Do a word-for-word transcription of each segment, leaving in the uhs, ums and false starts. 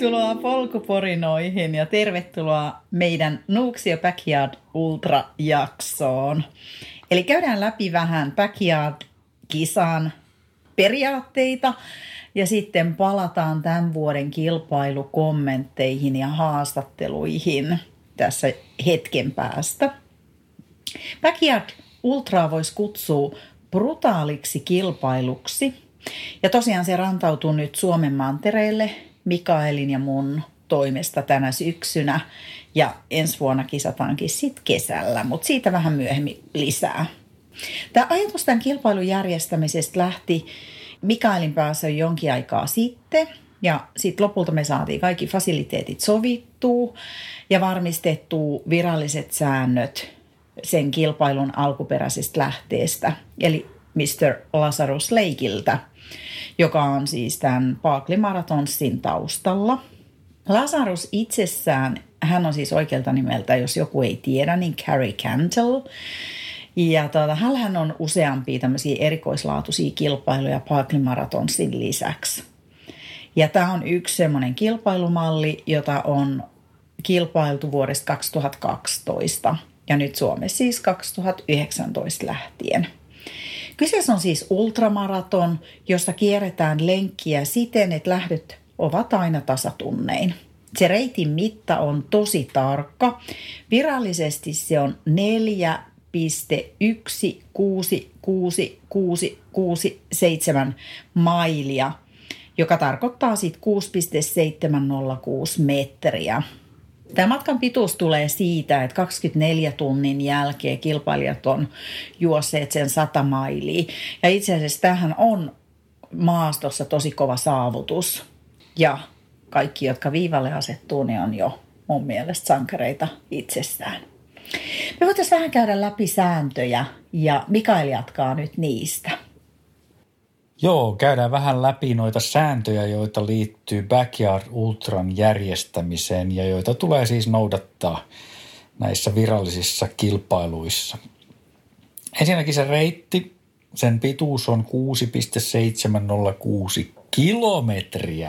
Tervetuloa polkuporinoihin ja tervetuloa meidän Nuuksio Backyard Ultra-jaksoon. Eli käydään läpi vähän Backyard-kisan periaatteita ja sitten palataan tämän vuoden kilpailukommentteihin ja haastatteluihin tässä hetken päästä. Backyard Ultraa voisi kutsua brutaaliksi kilpailuksi. Ja tosiaan se rantautuu nyt Suomen mantereelle Mikaelin ja mun toimesta tänä syksynä. Ja ensi vuonna kisataankin sitten kesällä, mutta siitä vähän myöhemmin lisää. Tämä ajatus tämän kilpailun järjestämisestä lähti Mikaelin päässä jonkin aikaa sitten. Ja sitten lopulta me saatiin kaikki fasiliteetit sovittua ja varmistettua viralliset säännöt sen kilpailun alkuperäisestä lähteestä. Eli mister Lazarus Lakeiltä, joka on siis tämän Barkley Marathonsin taustalla. Lazarus itsessään, hän on siis oikealta nimeltä, jos joku ei tiedä, niin Carrie Cantle. Ja tuota, hänhän on useampia tämmöisiä erikoislaatuisia kilpailuja Barkley Marathonsin lisäksi. Ja tämä on yksi semmoinen kilpailumalli, jota on kilpailtu vuodesta kaksituhattakaksitoista ja nyt Suomessa siis kaksituhattayhdeksäntoista lähtien. Kyseessä on siis ultramaraton, jossa kierretään lenkkiä siten, että lähdöt ovat aina tasatunnein. Se reitin mitta on tosi tarkka. Virallisesti se on neljä pilkku yksi kuusi kuusi kuusi kuusi seitsemän mailia, joka tarkoittaa sitten kuusi pilkku seitsemänsataakuusi metriä. Tämä matkan pituus tulee siitä, että kaksikymmentäneljä tunnin jälkeen kilpailijat on juosseet sen sata mailia. Ja itse asiassa tämähän on maastossa tosi kova saavutus. Ja kaikki, jotka viivalle asettuu, ne on jo mun mielestä sankareita itsessään. Me voitaisiin vähän käydä läpi sääntöjä ja Mikael jatkaa nyt niistä. Joo, käydään vähän läpi noita sääntöjä, joita liittyy Backyard Ultran järjestämiseen ja joita tulee siis noudattaa näissä virallisissa kilpailuissa. Ensinnäkin se reitti, sen pituus on kuusi pilkku seitsemänsataakuusi kilometriä.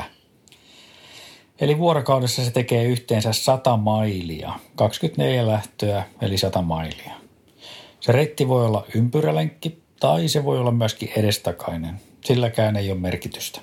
Eli vuorokaudessa se tekee yhteensä sata mailia, kaksikymmentäneljä lähtöä eli sata mailia. Se reitti voi olla ympyrälenkki tai se voi olla myöskin edestakainen. Silläkään ei ole merkitystä.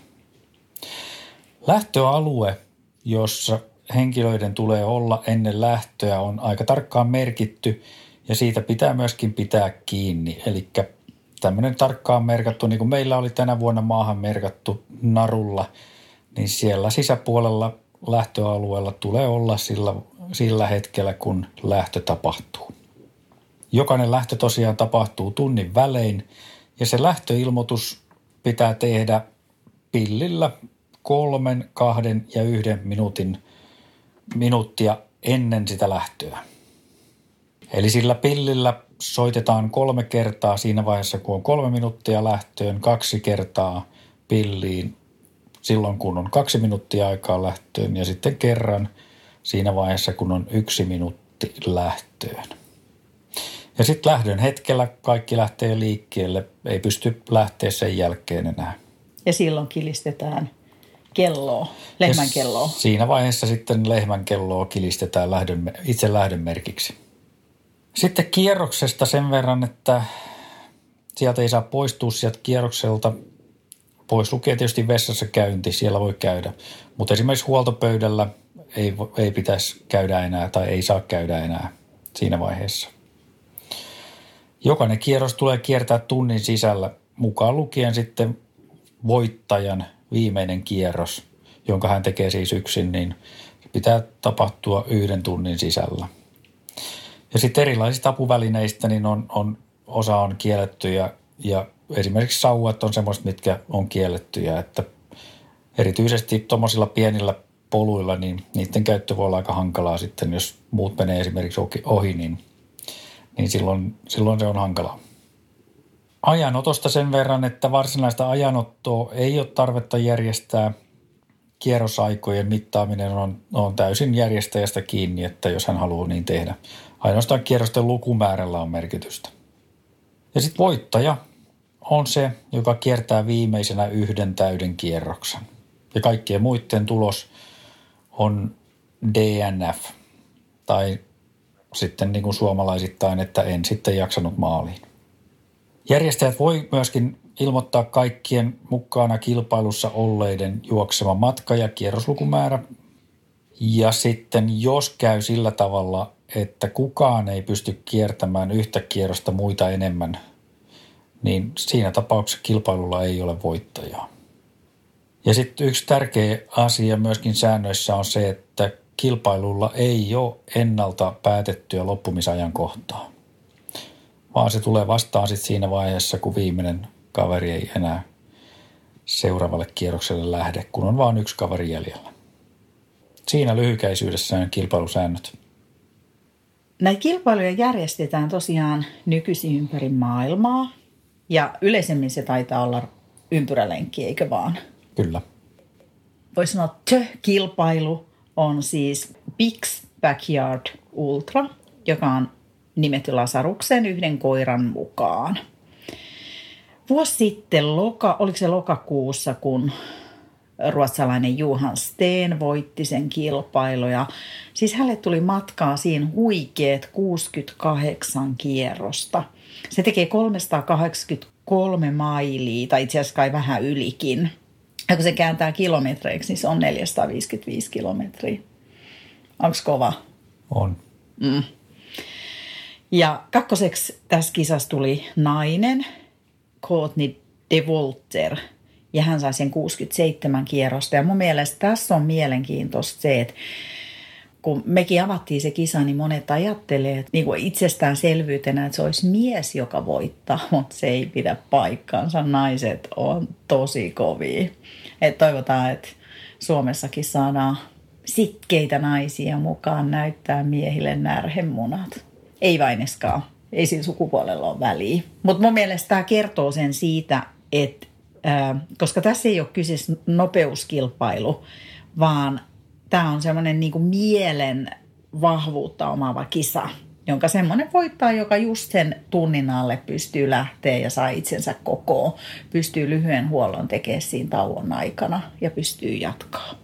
Lähtöalue, jossa henkilöiden tulee olla ennen lähtöä, on aika tarkkaan merkitty ja siitä pitää myöskin pitää kiinni. Eli tämmöinen tarkkaan merkattu, niin kuin meillä oli tänä vuonna maahan merkattu narulla, niin siellä sisäpuolella lähtöalueella tulee olla sillä, sillä hetkellä, kun lähtö tapahtuu. Jokainen lähtö tosiaan tapahtuu tunnin välein ja se lähtöilmoitus pitää tehdä pillillä kolmen, kahden ja yhden minuutin minuuttia ennen sitä lähtöä. Eli sillä pillillä soitetaan kolme kertaa siinä vaiheessa, kun on kolme minuuttia lähtöön, kaksi kertaa pilliin silloin, kun on kaksi minuuttia aikaa lähtöön ja sitten kerran siinä vaiheessa, kun on yksi minuutti lähtöön. Ja sitten lähdön hetkellä kaikki lähtee liikkeelle, ei pysty lähteä sen jälkeen enää. Ja silloin kilistetään kelloa, lehmän kelloa. Siinä vaiheessa sitten lehmän kelloa kilistetään lähdön, itse lähdön merkiksi. Sitten kierroksesta sen verran, että sieltä ei saa poistua sieltä kierrokselta. Pois lukee tietysti vessassa käynti, siellä voi käydä. Mutta esimerkiksi huoltopöydällä ei, ei pitäisi käydä enää tai ei saa käydä enää siinä vaiheessa. Jokainen kierros tulee kiertää tunnin sisällä, mukaan lukien sitten voittajan viimeinen kierros, jonka hän tekee siis yksin, niin pitää tapahtua yhden tunnin sisällä. Ja sitten erilaisista apuvälineistä, niin on, on, osa on kiellettyjä ja esimerkiksi sauvat on semmoista, mitkä on kiellettyjä, että erityisesti tuommoisilla pienillä poluilla, niin niiden käyttö voi olla aika hankalaa sitten, jos muut menee esimerkiksi ohi, niin niin silloin, silloin se on hankalaa. Ajanotosta sen verran, että varsinaista ajanottoa ei ole tarvetta järjestää. Kierrosaikojen mittaaminen on, on täysin järjestäjästä kiinni, että jos hän haluaa niin tehdä. Ainoastaan kierrosten lukumäärällä on merkitystä. Ja sitten voittaja on se, joka kiertää viimeisenä yhden täyden kierroksen. Ja kaikkien muiden tulos on D N F tai sitten niin kuin suomalaisittain, että en sitten jaksanut maaliin. Järjestäjät voi myöskin ilmoittaa kaikkien mukana kilpailussa olleiden juoksema matka ja kierroslukumäärä. Ja sitten jos käy sillä tavalla, että kukaan ei pysty kiertämään yhtä kierrosta muita enemmän, niin siinä tapauksessa kilpailulla ei ole voittajaa. Ja sitten yksi tärkeä asia myöskin säännöissä on se, että kilpailulla ei ole ennalta päätettyä loppumisajankohtaa, vaan se tulee vastaan sitten siinä vaiheessa, kun viimeinen kaveri ei enää seuraavalle kierrokselle lähde, kun on vain yksi kaveri jäljellä. Siinä lyhykäisyydessään kilpailusäännöt. Näitä kilpailuja järjestetään tosiaan nykyisin ympäri maailmaa ja yleisemmin se taitaa olla ympyrälenkki, eikö vaan? Kyllä. Voisi sanoa, että kilpailu on siis Pix Backyard Ultra, joka on nimetty Lasaruksen yhden koiran mukaan. Vuosi sitten, loka, oliko se lokakuussa, kun ruotsalainen Johan Steen voitti sen kilpailuja. Siis hänelle tuli matkaa siinä huikeet kuusikymmentäkahdeksan kierrosta. Se tekee kolmesataakahdeksankymmentäkolme mailia, tai itse asiassa kai vähän ylikin. Ja kun se kääntää kilometreiksi, niin se on neljäsataaviisikymmentäviisi kilometriä. Onko kova? On. Mm. Ja kakkoseksi tässä kisassa tuli nainen, Courtney DeWolter, ja hän sai sen kuusikymmentäseitsemän kierrosta. Ja mun mielestä tässä on mielenkiintoista se, että kun mekin avattiin se kisa, niin monet ajattelee, että niin kuin itsestäänselvyytenä, että se olisi mies, joka voittaa, mutta se ei pidä paikkaansa. Naiset on tosi kovia. Et toivotaan, että Suomessakin saadaan sitkeitä naisia mukaan näyttää miehille närhemunat. Ei vaineskaan. Ei siinä sukupuolella ole väliä. Mutta mun mielestä tämä kertoo sen siitä, että äh, koska tässä ei ole kyse nopeuskilpailu, vaan tämä on semmoinen niin kuin mielen vahvuutta omaava kisa, jonka semmoinen voittaa, joka just sen tunnin alle pystyy lähteä ja saa itsensä kokoon. Pystyy lyhyen huollon tekemään siinä tauon aikana ja pystyy jatkaa.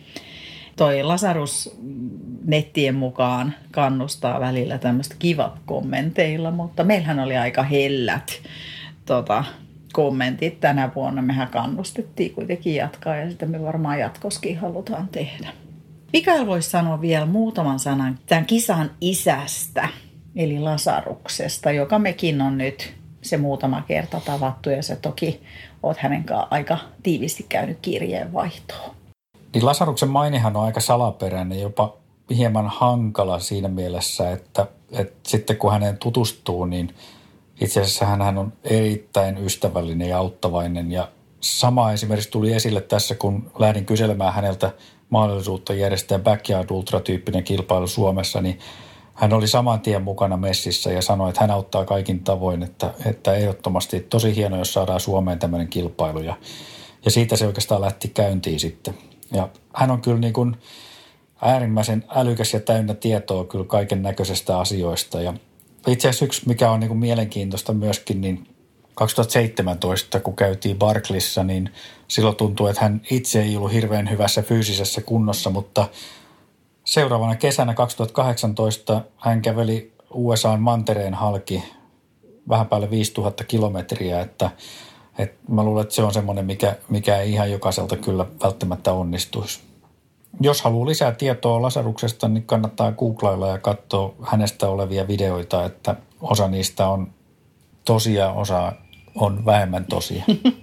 Toi Lasarus nettien mukaan kannustaa välillä tämmöistä kiva-kommenteilla, mutta meillähän oli aika hellät tota, kommentit tänä vuonna. Mehän kannustettiin kuitenkin jatkaa ja sitä me varmaan jatkoskin halutaan tehdä. Mikael voisi sanoa vielä muutaman sanan tämän kisan isästä, eli Lasaruksesta, joka mekin on nyt se muutama kerta tavattu ja se toki oot hänen kanssaan aika tiivisti käynyt kirjeenvaihtoon. Niin Lasaruksen mainihan on aika salaperäinen, jopa hieman hankala siinä mielessä, että, että sitten kun häneen tutustuu, niin itse asiassa hän on erittäin ystävällinen ja auttavainen. Ja sama esimerkiksi tuli esille tässä, kun lähdin kyselemään häneltä mahdollisuutta järjestää Backyard Ultra-tyyppinen kilpailu Suomessa, niin hän oli saman tien mukana messissä ja sanoi, että hän auttaa kaikin tavoin, että, että ehdottomasti tosi hieno, jos saadaan Suomeen tämmöinen kilpailu. Ja, ja siitä se oikeastaan lähti käyntiin sitten. Ja hän on kyllä niin kuin äärimmäisen älykäs ja täynnä tietoa kyllä kaiken näköisestä asioista. Ja itse asiassa yksi, mikä on niin kuin mielenkiintoista myöskin, niin kaksituhattaseitsemäntoista, kun käytiin Barclayssa, niin silloin tuntui, että hän itse ei ollut hirveän hyvässä fyysisessä kunnossa, mutta seuraavana kesänä kaksituhattakahdeksantoista hän käveli U S A:n mantereen halki vähän päälle viisituhatta kilometriä, että, että mä luulen, että se on semmoinen, mikä, mikä ei ihan jokaiselta kyllä välttämättä onnistuisi. Jos haluaa lisää tietoa Lasaruksesta, niin kannattaa googlailla ja katsoa hänestä olevia videoita, että osa niistä on tosia, osa on vähemmän tosia.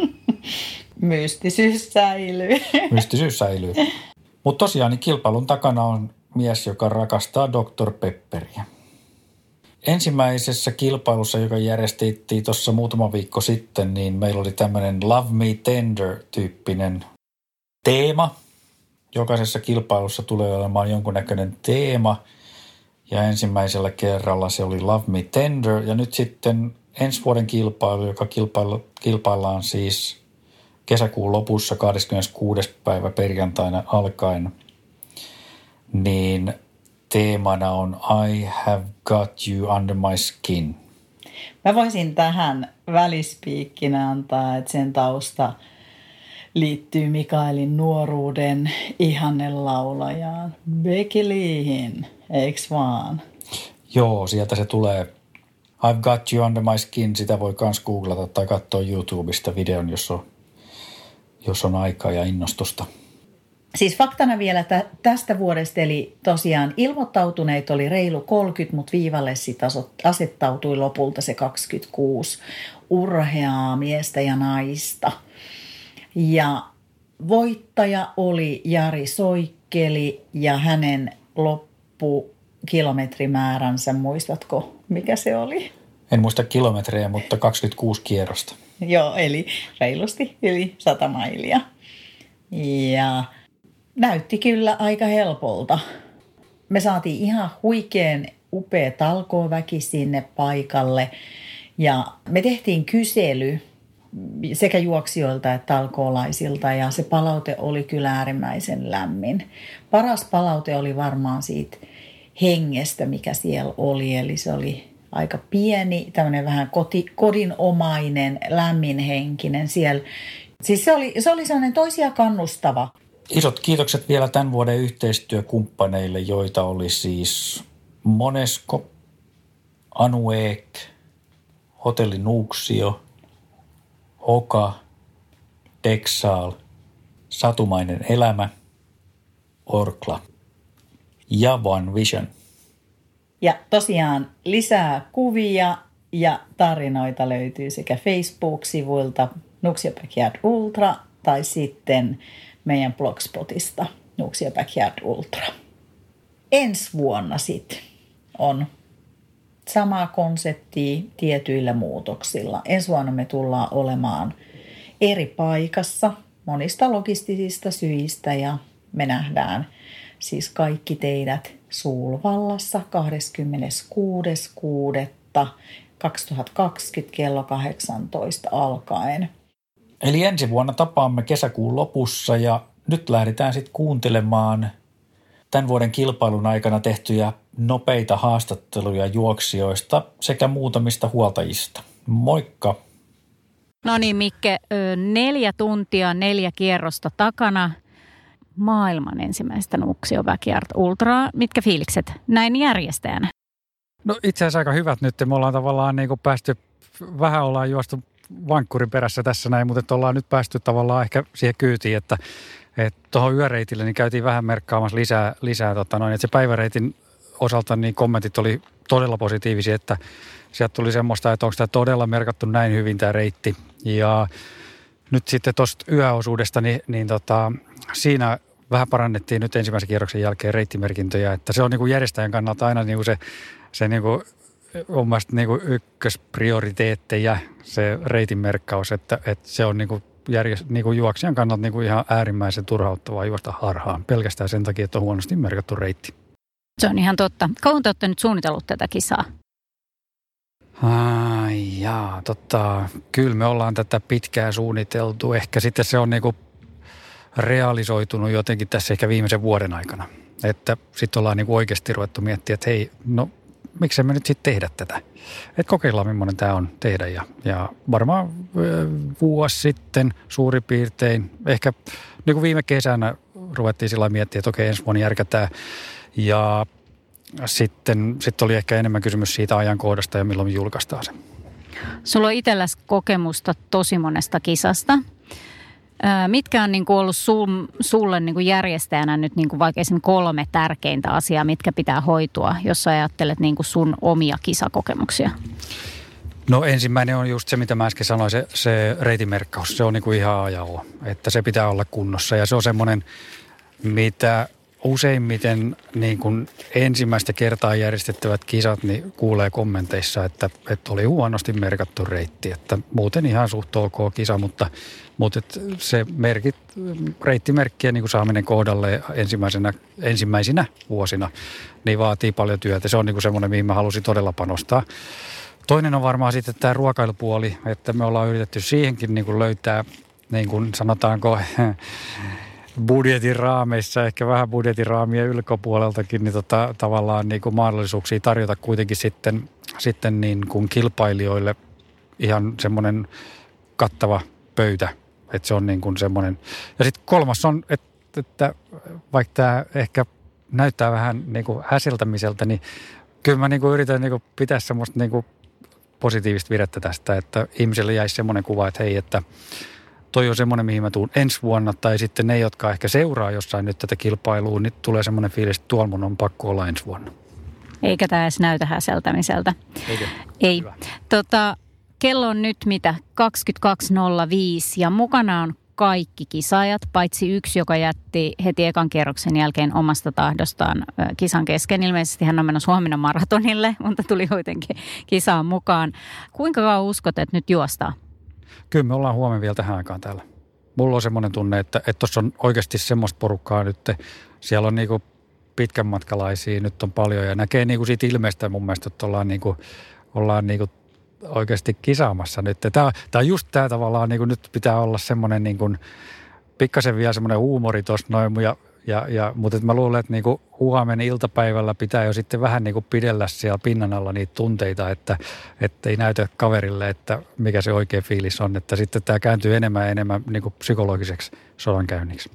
Mystisyys säilyy. Mystisyys säilyy. Mutta tosiaan niin kilpailun takana on mies, joka rakastaa doktor Pepperiä. Ensimmäisessä kilpailussa, joka järjestettiin tuossa muutama viikko sitten, niin meillä oli tämmöinen Love Me Tender-tyyppinen teema. Jokaisessa kilpailussa tulee olemaan jonkunnäköinen teema. Ja ensimmäisellä kerralla se oli Love Me Tender. Ja nyt sitten ensi vuoden kilpailu, joka kilpaillaan siis kesäkuun lopussa kahdeskymmeneskuudes päivä perjantaina alkaen, niin teemana on I have got you under my skin. Mä voisin tähän välispiikkinä antaa, että sen tausta liittyy Mikaelin nuoruuden ihannelaulajaan Becky Leehin, eiks vaan? Joo, sieltä se tulee. I've Got You Under My Skin, sitä voi myös googlata tai katsoa YouTubesta videon, jos on, jos on aikaa ja innostusta. Siis faktana vielä tä- tästä vuodesta, eli tosiaan ilmoittautuneet oli reilu kolmekymmentä, mutta viivalle sitten asettautui lopulta se kaksikymmentäkuusi urheaa miestä ja naista. Ja voittaja oli Jari Soikkeli ja hänen loppukilometrimääränsä, muistatko mikä se oli? En muista kilometrejä, mutta kaksikymmentäkuusi kierrosta. Joo, eli reilusti yli sata mailia. Ja näytti kyllä aika helpolta. Me saatiin ihan huikean upea talkooväki sinne paikalle ja me tehtiin kysely sekä juoksijoilta että talkoolaisilta ja se palaute oli kyllä äärimmäisen lämmin. Paras palaute oli varmaan siitä hengestä, mikä siellä oli, eli se oli aika pieni, tämmöinen vähän koti, kodinomainen, lämminhenkinen siellä. Siis se oli, se oli sellainen toisia kannustava. Isot kiitokset vielä tämän vuoden yhteistyökumppaneille, joita oli siis Monesko, Anuek, Hotelli Nuuksio, Oka, Dexal, Satumainen elämä, Orkla ja One Vision. Ja tosiaan lisää kuvia ja tarinoita löytyy sekä Facebook-sivuilta Nuuksio Backyard Ultra tai sitten meidän blogspotista Nuuksio Backyard Ultra. Ensi vuonna sitten on sama konsepti tietyillä muutoksilla. Ensi vuonna me tullaan olemaan eri paikassa monista logistisista syistä ja me nähdään siis kaikki teidät Sulvallassa kahdeskymmeneskuudes kuudetta kaksituhattakaksikymmentä kello kahdeksantoista alkaen. Eli ensi vuonna tapaamme kesäkuun lopussa ja nyt lähdetään sitten kuuntelemaan tämän vuoden kilpailun aikana tehtyjä nopeita haastatteluja juoksijoista sekä muutamista huoltajista. Moikka! No niin Mikke, neljä tuntia, neljä kierrosta takana. Maailman ensimmäistä Nuuksio Backyard Ultraa. Mitkä fiilikset näin järjestäjänä? No itse asiassa aika hyvät nyt. Me ollaan tavallaan niin kuin päästy, vähän ollaan juostu vankkurin perässä tässä näin, mutta ollaan nyt päästy tavallaan ehkä siihen kyytiin, että tuohon yöreitille niin käytiin vähän merkkaamassa lisää, lisää tota noin, että se päiväreitin osalta niin kommentit oli todella positiivisia, että sieltä tuli semmoista, että onko tämä todella merkattu näin hyvin tämä reitti. Ja nyt sitten tuosta yöosuudesta, niin, niin tota, siinä vähän parannettiin nyt ensimmäisen kierroksen jälkeen reittimerkintöjä, että se on niin kuin järjestäjän kannalta aina niin kuin se, se niin kuin on mielestäni niin kuin ykkösprioriteetteja se reitin merkkaus, että, että se on niin kuin järjest, niin kuin juoksijan kannalta niin kuin ihan äärimmäisen turhauttavaa juosta harhaan, pelkästään sen takia, että on huonosti merkattu reitti. Se on ihan totta. Kauan te olette nyt suunnitellut tätä kisaa? Ai jaa, totta. Kyllä me ollaan tätä pitkään suunniteltu. Ehkä sitten se on niin kuin realisoitunut jotenkin tässä ehkä viimeisen vuoden aikana. Että sitten ollaan niin kuin oikeasti ruvettu miettimään, että hei, no miksi me nyt sitten tehdä tätä? Että kokeillaan, millainen tämä on tehdä. Ja, ja varmaan vuosi sitten suurin piirtein, ehkä niin kuin viime kesänä ruvettiin sillä miettiä, että okei, ensi vuonna järkätään. Ja sitten, sitten oli ehkä enemmän kysymys siitä ajankohdasta ja milloin me julkaistaan se. Sulla on itselläsi kokemusta tosi monesta kisasta. Mitkä on niin kuin ollut sul, sulle niin kuin järjestäjänä nyt niin kuin vaikka esimerkiksi kolme tärkeintä asiaa, mitkä pitää hoitua, jos sä ajattelet niin kuin sun omia kisakokemuksia? No ensimmäinen on just se, mitä mä äsken sanoin, se, se reitimerkkaus. Se on niin kuin ihan ajalla, että se pitää olla kunnossa ja se on semmoinen, mitä useimmiten niin kuin ensimmäistä kertaa järjestettävät kisat niin kuulee kommenteissa, että, että oli huonosti merkattu reitti. Että muuten ihan suht ok kisa, mutta, mutta se merkit, reittimerkkien niin kuin saaminen kohdalle ensimmäisenä, ensimmäisinä vuosina niin vaatii paljon työtä. Se on niin kuin semmoinen, mihin mä halusin todella panostaa. Toinen on varmaan sitten tämä ruokailupuoli, että me ollaan yritetty siihenkin niin kuin löytää, niin kuin sanotaanko, budjetin raameissa, ehkä vähän budjetin raamien ylkopuoleltakin, niin tota, tavallaan niin kuin mahdollisuuksia tarjota kuitenkin sitten, sitten niin kuin kilpailijoille ihan semmoinen kattava pöytä että se on niin kuin semmoinen. Ja sitten kolmas on, että, että vaikka tämä ehkä näyttää vähän niin kuin häseltämiseltä, niin kyllä mä niin kuin yritän niin kuin pitää semmoista niin kuin positiivista virettä tästä, että ihmiselle jäisi semmoinen kuva, että hei, että toi on semmoinen, mihin mä tuun ensi vuonna, tai sitten ne, jotka ehkä seuraa jossain nyt tätä kilpailua, niin tulee semmoinen fiilis, että tuolla mun on pakko olla ensi vuonna. Eikä tämä edes näytä häseltämiseltä. Eikö? Ei. Tota, kello on nyt mitä? kaksikymmentäkaksi nolla viisi ja mukana on kaikki kisaajat, paitsi yksi, joka jätti heti ekan kierroksen jälkeen omasta tahdostaan kisan kesken. Ilmeisesti hän on menossa huomenna maratonille, mutta tuli kuitenkin kisaan mukaan. Kuinka kauan uskot, että nyt juostaa? Kyllä me ollaan huomenna vielä tähän aikaan täällä. Mulla on semmoinen tunne, että tuossa on oikeasti semmoista porukkaa nyt. Siellä on niinku pitkän matkalaisia, nyt on paljon ja näkee niinku siitä ilmeistä mun mielestä, että ollaan, niinku, ollaan niinku oikeasti kisaamassa nyt. Tämä, tämä on just tämä tavallaan, niinku nyt pitää olla semmoinen niinku, pikkasen vielä semmoinen huumori tuossa noin. Ja, ja, ja, mutta mä luulen, että niinku huomenna iltapäivällä pitää jo sitten vähän niinku pidellä siellä pinnan alla niitä tunteita, että, että ei näytä kaverille, että mikä se oikea fiilis on. Että sitten tämä kääntyy enemmän ja enemmän niinku psykologiseksi sodankäynniksi.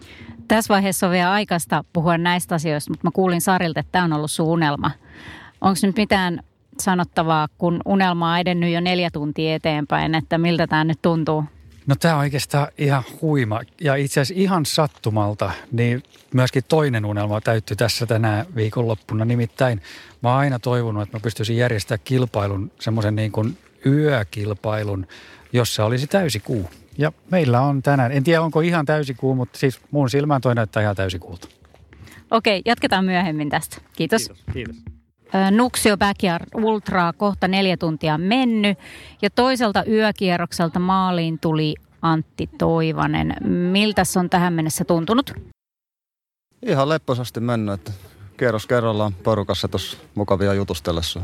Tässä vaiheessa on vielä aikaista puhua näistä asioista, mutta mä kuulin Sarilta, että tämä on ollut sun unelma. Onko nyt mitään sanottavaa, kun unelma on edennyt jo neljä tuntia eteenpäin, että miltä tämä nyt tuntuu? No tämä on oikeastaan ihan huima ja itse asiassa ihan sattumalta, niin myöskin toinen unelma täyttyi tässä tänä viikonloppuna. Nimittäin mä oon aina toivonut, että mä pystyisin järjestämään kilpailun, semmoisen niin kuin yökilpailun, jossa olisi täysikuu. Ja meillä on tänään, en tiedä onko ihan täysikuu, mutta siis mun silmään toi näyttää ihan täysikuulta. Okei, jatketaan myöhemmin tästä. Kiitos. Kiitos. Kiitos. Nuuksio Backyard Ultraa kohta neljä tuntia mennyt ja toiselta yökierrokselta maaliin tuli Antti Toivanen. Miltä se on tähän mennessä tuntunut? Ihan lepposasti mennyt, että kierros kerrallaan porukassa tuossa mukavia jutustellessa.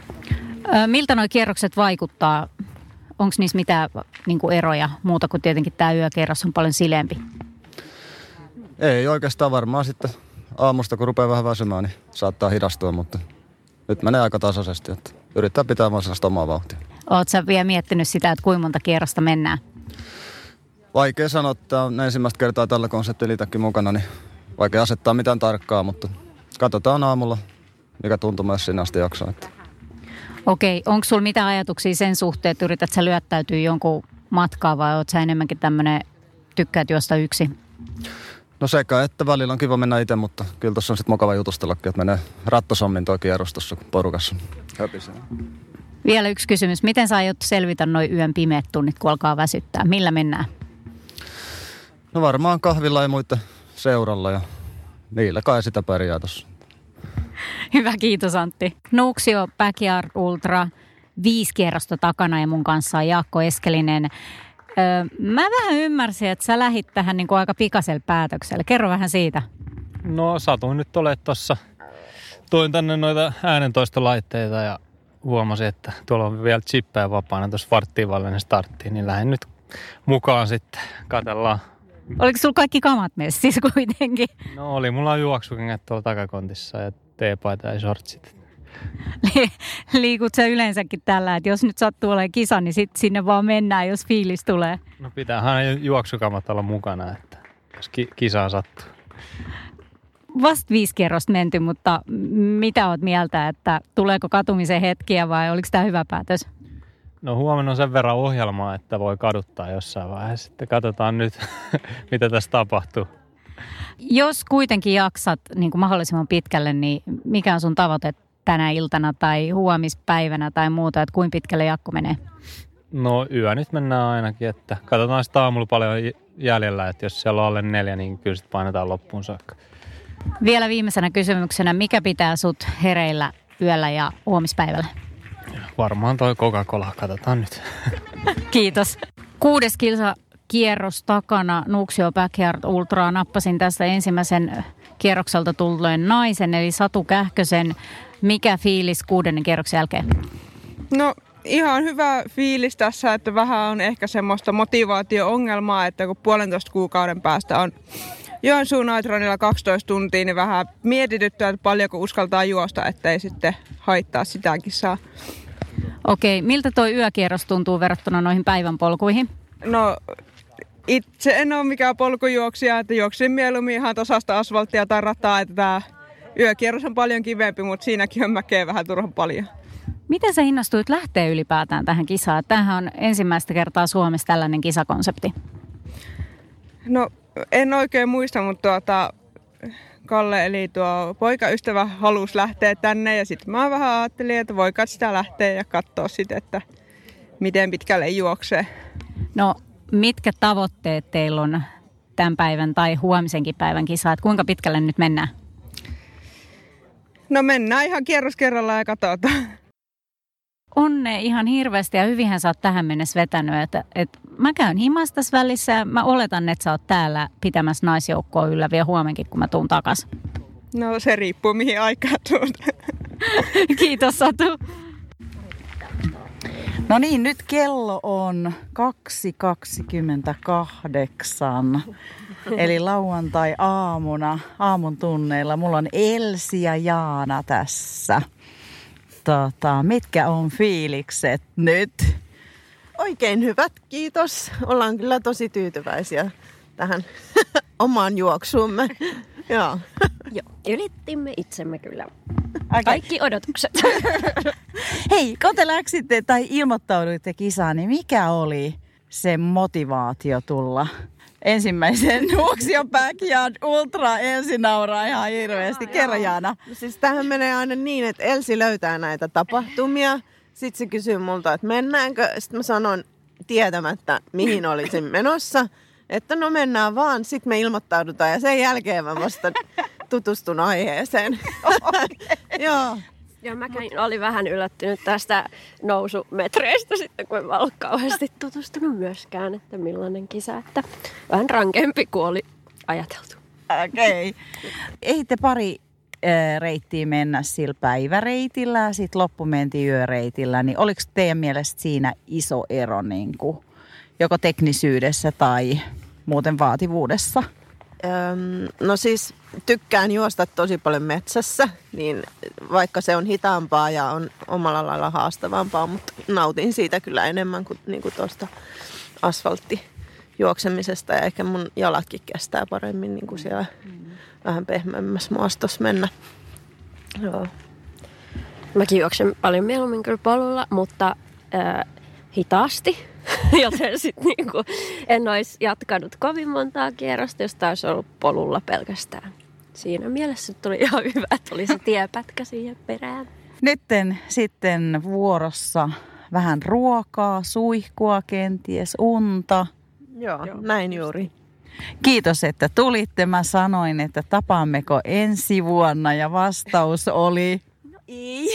Miltä nuo kierrokset vaikuttaa? Onko niissä mitään niin kuin eroja muuta kuin tietenkin tämä yökierros on paljon sileempi? Ei oikeastaan varmaan sitten aamusta kun rupeaa vähän väsymään, niin saattaa hidastua, mutta nyt menee aika tasaisesti, että yrittää pitää vaan sellaista omaa vauhtia. Oletko sä vielä miettinyt sitä, että kuinka monta kierrosta mennään? Vaikea sanoa, että on ensimmäistä kertaa tällä konseptiliitäkin mukana, niin vaikea asettaa mitään tarkkaa, mutta katsotaan aamulla, mikä tuntuu myös sinne asti jaksaa. Että. Okei, onko sulla mitään ajatuksia sen suhteen, että yrität sä lyöttäytyä jonkun matkaa vai oot sä enemmänkin tämmöinen tykkäät juosta yksi? No sekä, että välillä on kiva mennä itse, mutta kyllä tuossa on sitten mukava jutustellakin, että menee rattosommin toi kierros tuossa porukassa. Höpisee. Vielä yksi kysymys. Miten sä aiot selvitä noin yön pimeät tunnit, kun alkaa väsyttää? Millä mennään? No varmaan kahvilla ja muiden seuralla ja niillä kai sitä pärjää tuossa. Hyvä, kiitos Antti. Nuuksio Backyard Ultra, viisi kierrosta takana ja mun kanssa on Jaakko Eskelinen. Öö, mä vähän ymmärsin, että sä lähit tähän niin kuin aika pikaiselle päätökselle. Kerro vähän siitä. No satuin nyt olemaan tuossa. Toin tänne noita äänentoistolaitteita ja huomasin, että tuolla on vielä chippejä vapaana tuossa varttiin vallinen starttiin. Niin lähdin nyt mukaan sitten. Katsellaan. Oliko sulla kaikki kamat messissä kuitenkin? No oli. Mulla on juoksukengät tuolla takakontissa ja teepaita ja shortsit. Liikut sä yleensäkin tällä, että jos nyt sattuu olemaan kisa, niin sit sinne vaan mennään, jos fiilis tulee. No pitäähän juoksukamat olla mukana, että jos ki- kisaan sattuu. Vasta viisi kierrosta menty, mutta mitä oot mieltä, että tuleeko katumisen hetkiä vai oliko tämä hyvä päätös? No huomenna on sen verran ohjelmaa, että voi kaduttaa jossain vaiheessa. Sitten katsotaan nyt, mitä tässä tapahtuu. Jos kuitenkin jaksat niin kuin mahdollisimman pitkälle, niin mikä on sun tavoite tänä iltana tai huomispäivänä tai muuta, että kuinka pitkälle Jaakko menee? No yö nyt mennään ainakin, että katsotaan sitä aamulla paljon jäljellä, että jos siellä on alle neljä, niin kyllä sitten painetaan loppuun saakka. Vielä viimeisenä kysymyksenä, mikä pitää sut hereillä yöllä ja huomispäivällä? Varmaan toi Coca-Cola, katsotaan nyt. Kiitos. Kuudes kilsa kierros takana, Nuuksio Backyard Ultraa. Nappasin tässä ensimmäisen kierrokselta tulleen naisen, eli Satu Kähkösen. Mikä fiilis kuudennen kierroksen jälkeen? No ihan hyvä fiilis tässä, että vähän on ehkä semmoista motivaatio-ongelmaa, että kun puolentoista kuukauden päästä on Joensuun Nitronilla kaksitoista tuntia, niin vähän mietityttää, että paljonko uskaltaa juosta, ettei sitten haittaa sitäkin saa. Okei, miltä toi yökierros tuntuu verrattuna noihin päivän polkuihin? No itse en ole mikään polkujuoksija, että juoksin mieluummin ihan tasasta asfalttia tai rataa, että tämä yökierros on paljon kivempi, mutta siinäkin on mäkeä vähän turhan paljon. Miten sä innostuit lähteä ylipäätään tähän kisaan? Tämähän on ensimmäistä kertaa Suomessa tällainen kisakonsepti. No en oikein muista, mutta tuota, Kalle eli tuo poikaystävä halusi lähteä tänne ja sitten mä vähän ajattelin, että voi sitä lähteä ja katsoa sitten, että miten pitkälle juoksee. No mitkä tavoitteet teillä on tämän päivän tai huomisenkin päivän kisaa? Kuinka pitkälle nyt mennään? No mennään ihan kierros kerrallaan ja katsotaan. Onne ihan hirveästi ja hyvinhän sä oot tähän mennessä vetänyt, että, että mä käyn himassa tässä välissä ja mä oletan, että sä oot täällä pitämässä naisjoukkoa yllä vielä huomenkin, kun mä tuun takaisin. No se riippuu mihin aikaan tuut. Kiitos Satu. No niin, nyt kello on kaksi kaksikymmentäkahdeksan, eli lauantai-aamuna, aamun tunneilla. Mulla on Elsi ja Jaana tässä. Tota, mitkä on fiilikset nyt? Oikein hyvät, kiitos. Ollaan kyllä tosi tyytyväisiä tähän omaan juoksuumme. Joo. Joo, ylittimme itsemme kyllä. Okay. Kaikki odotukset. Hei, kun te läksitte tai ilmoittauduitte kisaan, niin mikä oli se motivaatio tulla ensimmäisen Nuuksio Backyard Ultra? Elsi nauraa ihan hirveästi. Kerro Jaana. Siis tämähän menee aina niin, että Elsi löytää näitä tapahtumia. Sitten se kysyy multa, että mennäänkö. Sitten mä sanon tietämättä, mihin olisin menossa. Että no mennään vaan, sitten me ilmoittaudutaan ja sen jälkeen mä vasta tutustun aiheeseen. Okay. Joo. Joo, mäkin olin vähän yllättynyt tästä nousumetreistä sitten, kun en mä ollut kauheasti tutustunut myöskään, että millainen kisa, että vähän rankempi kuin oli ajateltu. Okei. Okay. Ehditte pari äh, reittiä mennä sillä päiväreitillä ja sitten loppu mentiin yöreitillä, niin oliko teidän mielestä siinä iso ero niin kuin joko teknisyydessä tai muuten vaativuudessa? Öm, no siis tykkään juosta tosi paljon metsässä, niin vaikka se on hitaampaa ja on omalla lailla haastavampaa, mutta nautin siitä kyllä enemmän kuin, niin kuin tuosta asfalttijuoksemisesta ja ehkä mun jalatkin kestää paremmin niin kuin siellä mm. vähän pehmeämmässä maastossa mennä. Joo. Mäkin juoksen paljon mieluummin kyllä polulla, mutta äh, hitaasti. Joten sitten niinku en olisi jatkanut kovin montaa kierrosta, jos taisi ollut polulla pelkästään. Siinä mielessä tuli ihan hyvä, että oli se tiepätkä siihen perään. Nytten sitten vuorossa vähän ruokaa, suihkua, kenties unta. Joo, Joo näin juuri. Kiitos, että tulitte. Mä sanoin, että tapaammeko ensi vuonna ja vastaus oli... Ei.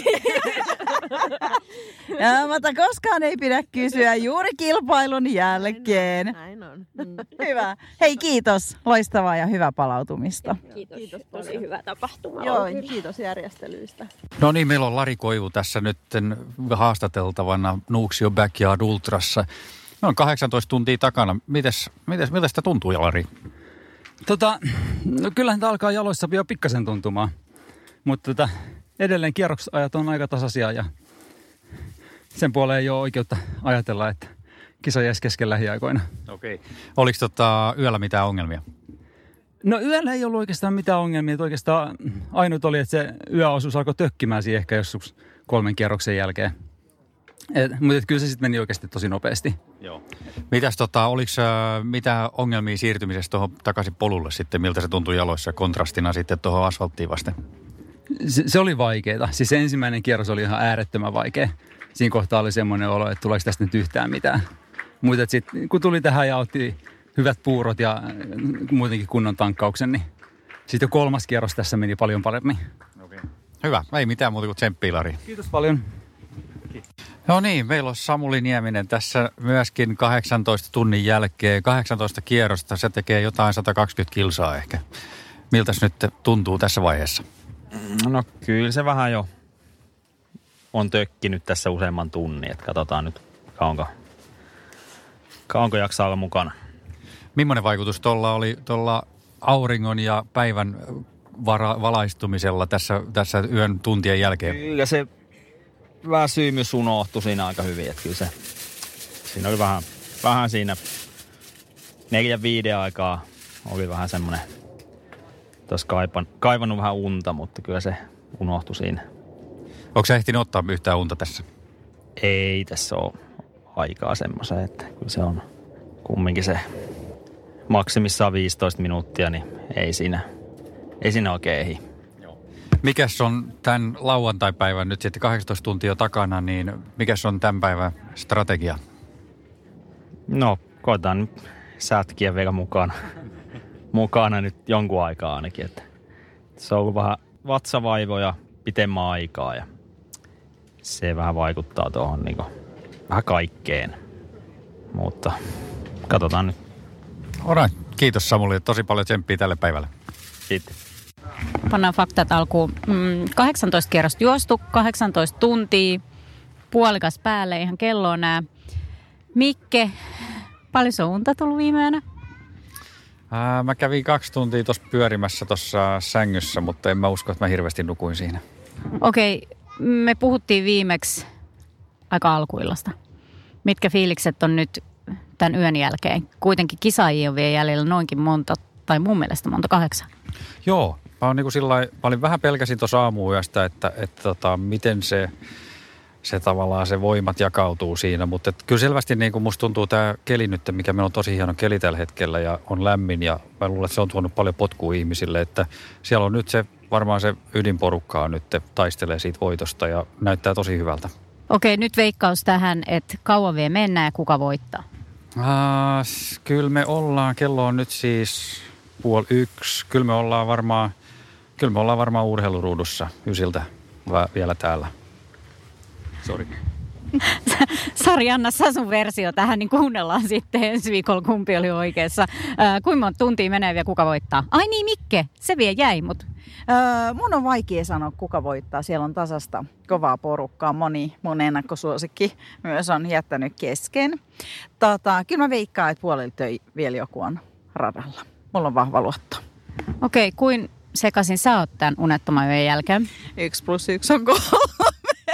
Ja, mutta koskaan ei pidä kysyä juuri kilpailun jälkeen. Näin on. Näin on. Hyvä. Hei, kiitos. Loistavaa ja hyvää palautumista. Kiitos. Kiitos tosi hyvä tapahtuma. Joo, kiitos järjestelyistä. No niin, meillä on Lari Koivu tässä nyt haastateltavana Nuuksio Backyard Ultrassa. Me on kahdeksantoista tuntia takana. Mites, mites, miltä sitä tuntuu, Lari? Tota, no kyllähän tämä alkaa jaloissa jo pikkasen tuntumaan. Mutta tota, edelleen kierroksajat on aika tasaisia ja sen puoleen ei ole oikeutta ajatella, että kisa jäisi kesken lähiaikoina. Okei. Oliko tota yöllä mitään ongelmia? No yöllä ei ollut oikeastaan mitään ongelmia. Että oikeastaan ainut oli, että se yöosuus alkoi tökkimään siihen ehkä joskus kolmen kierroksen jälkeen. Et, mutta et kyllä se sitten meni oikeasti tosi nopeasti. Joo. Mitäs tota, oliko äh, mitä ongelmia siirtymisessä tuohon takaisin polulle sitten? Miltä se tuntui jaloissa kontrastina sitten tuohon asfalttiin vasten? Se, se oli vaikeaa. Siis se ensimmäinen kierros oli ihan äärettömän vaikea. Siinä kohtaa oli semmoinen olo, että tuleeko tästä nyt yhtään mitään. Mutta sitten kun tuli tähän ja otti hyvät puurot ja muutenkin kunnon tankkauksen, niin sitten jo kolmas kierros tässä meni paljon paremmin. Okay. Hyvä. Ei mitään muuta kuin tsemppiä, Lari. Kiitos paljon. No niin, meillä on Samuli Nieminen tässä myöskin kahdeksantoista tunnin jälkeen. kahdeksantoista kierrosta, se tekee jotain sata kaksikymmentä kilsaa ehkä. Miltäs nyt tuntuu tässä vaiheessa? No kyllä se vähän jo on tökkinyt tässä useamman tunnin, että katsotaan nyt kauanko, kauanko jaksaa olla mukana. Millainen vaikutus tuolla oli tuolla auringon ja päivän vara, valaistumisella tässä, tässä yön tuntien jälkeen? Kyllä se väsymys unohtui siinä aika hyvin, että kyllä se, siinä oli vähän, vähän siinä neljän viiden aikaa oli vähän semmoinen, että olisi kaipan, kaivannut vähän unta, mutta kyllä se unohtui siinä. Onko sä ehtinyt ottaa yhtään unta tässä? Ei tässä ole aikaa semmoiseen, että kyllä se on kumminkin se maksimissaan viisitoista minuuttia, niin ei siinä, ei siinä oikein ehdi. Mikäs on tämän lauantai-päivän nyt sitten kahdeksantoista tuntia takana, niin mikäs on tämän päivän strategia? No, koetaan nyt sätkiä vielä mukana, mukana nyt jonkun aikaa ainakin. Että se on ollut vähän vatsavaivoja pitemmän aikaa ja se vähän vaikuttaa tuohon niin kuin vähän kaikkeen. Mutta katsotaan nyt. Alright. Kiitos Samuli, tosi paljon tsemppiä tälle päivälle. Kiitos. Pannaan faktat alkuun. Mm, kahdeksantoista kierrosta juostu, kahdeksantoista tuntia, puolikas päälle, ihan kelloa nää. Mikke, paljon se on unta tullut viime yönä? Ää, mä kävin kaksi tuntia tuossa pyörimässä tuossa sängyssä, mutta en mä usko, että mä hirveästi nukuin siinä. Okei, me puhuttiin viimeksi aika alkuillasta. Mitkä fiilikset on nyt tämän yön jälkeen? Kuitenkin kisaajia on vielä jäljellä noinkin monta, tai mun mielestä monta kahdeksan. Joo, mä, on niin kuin sillai, mä olin vähän pelkäsin tuossa aamuyöstä, että, että tota, miten se, se tavallaan se voimat jakautuu siinä. Mutta kyllä selvästi niin kuin musta tuntuu tämä keli nyt, mikä meillä on tosi hieno keli tällä hetkellä ja on lämmin. Ja mä luulen, että se on tuonut paljon potkua ihmisille, että siellä on nyt se, varmaan se ydinporukkaa nyt taistelee siitä voitosta ja näyttää tosi hyvältä. Okei, nyt veikkaus tähän, että kauan vielä mennään ja kuka voittaa? Äh, kyllä me ollaan, kello on nyt siis puoli yksi. Kyllä me ollaan varmaan, kyllä me ollaan varmaan urheiluruudussa ysiltä vielä täällä. Sori. Sari, anna sä sun versio tähän, niin kuunnellaan sitten ensi viikolla, kumpi oli oikeassa. Äh, kuinka monta tuntia menee vielä, kuka voittaa? Ai niin, Mikke, se vielä jäi, mutta... Öö, mun on vaikea sanoa, kuka voittaa. Siellä on tasasta kovaa porukkaa. Moni mun ennakkosuosikki myös on jättänyt kesken. Tota, kyllä mä veikkaan, että puolelta vielä joku on radalla. Mulla on vahva luotto. Okei, kuin sekaisin sä oot tämän unettoman yön jälkeen? Yksi plus yksi on kolme.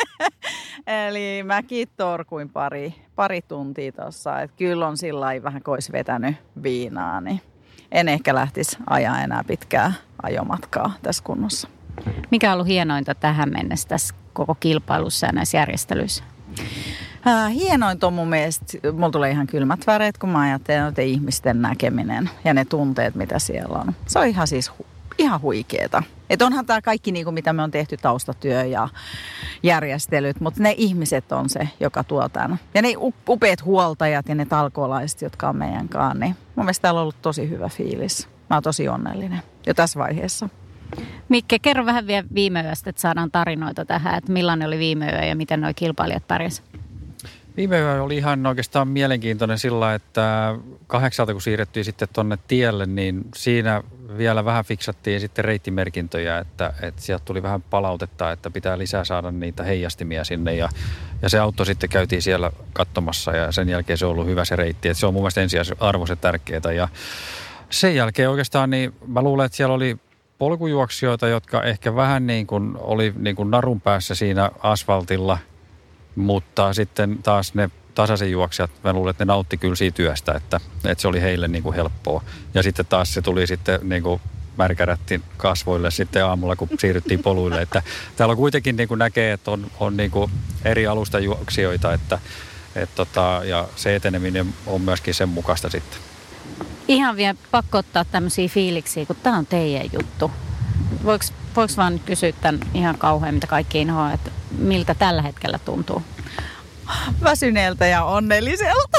Eli mäkin torkuin pari, pari tuntia tuossa. Että kyllä on sillä lailla vähän, kun olisi vetänyt viinaa, niin en ehkä lähtisi ajaa enää pitkää ajomatkaa tässä kunnossa. Mikä on ollut hienointa tähän mennessä tässä koko kilpailussa ja näissä järjestelyissä? Äh, hienointa on mun mielestä, mulla tulee ihan kylmät väreet, kun mä ajattelen, että ihmisten näkeminen ja ne tunteet, mitä siellä on. Se on ihan siis hu- ihan huikeeta. Että onhan tämä kaikki, niin kuin mitä me on tehty, taustatyö ja järjestelyt, mutta ne ihmiset on se, joka tuo tämän. Ja ne upeat huoltajat ja ne talkoolaiset, jotka on meidän kanssa, niin mun mielestä täällä on ollut tosi hyvä fiilis. Mä oon tosi onnellinen jo tässä vaiheessa. Mikke, kerro vähän vielä viime yöstä, että saadaan tarinoita tähän, että millainen oli viime yö ja miten nuo kilpailijat pärjäsivät? Viime yö oli ihan oikeastaan mielenkiintoinen sillä, että kahdeksalta kun siirrettiin sitten tuonne tielle, niin siinä vielä vähän fiksattiin sitten reittimerkintöjä, että, että sieltä tuli vähän palautetta, että pitää lisää saada niitä heijastimia sinne ja, ja se auto sitten käytiin siellä katsomassa ja sen jälkeen se on ollut hyvä se reitti, että se on mun mielestä ensiarvoisen tärkeää ja sen jälkeen oikeastaan niin mä luulen, että siellä oli polkujuoksijoita, jotka ehkä vähän niin kuin oli niin kuin narun päässä siinä asfaltilla, mutta sitten taas ne tasaisen juoksijat, mä luulen, että ne nautti kyllä siitä työstä, että, että se oli heille niin kuin helppoa. Ja sitten taas se tuli sitten niin kuin märkärätti kasvoille sitten aamulla, kun siirryttiin poluille. Että täällä on kuitenkin niin kuin näkee, että on, on niin kuin eri alustajuoksijoita, että, että tota, ja se eteneminen on myöskin sen mukaista sitten. Ihan vielä pakko ottaa tämmöisiä fiiliksiä, kun tämä on teidän juttu. Voiko, voiko vaan kysyä tämän ihan kauhean, mitä kaikki inhoaa, että miltä tällä hetkellä tuntuu? Väsyneeltä ja onnelliselta.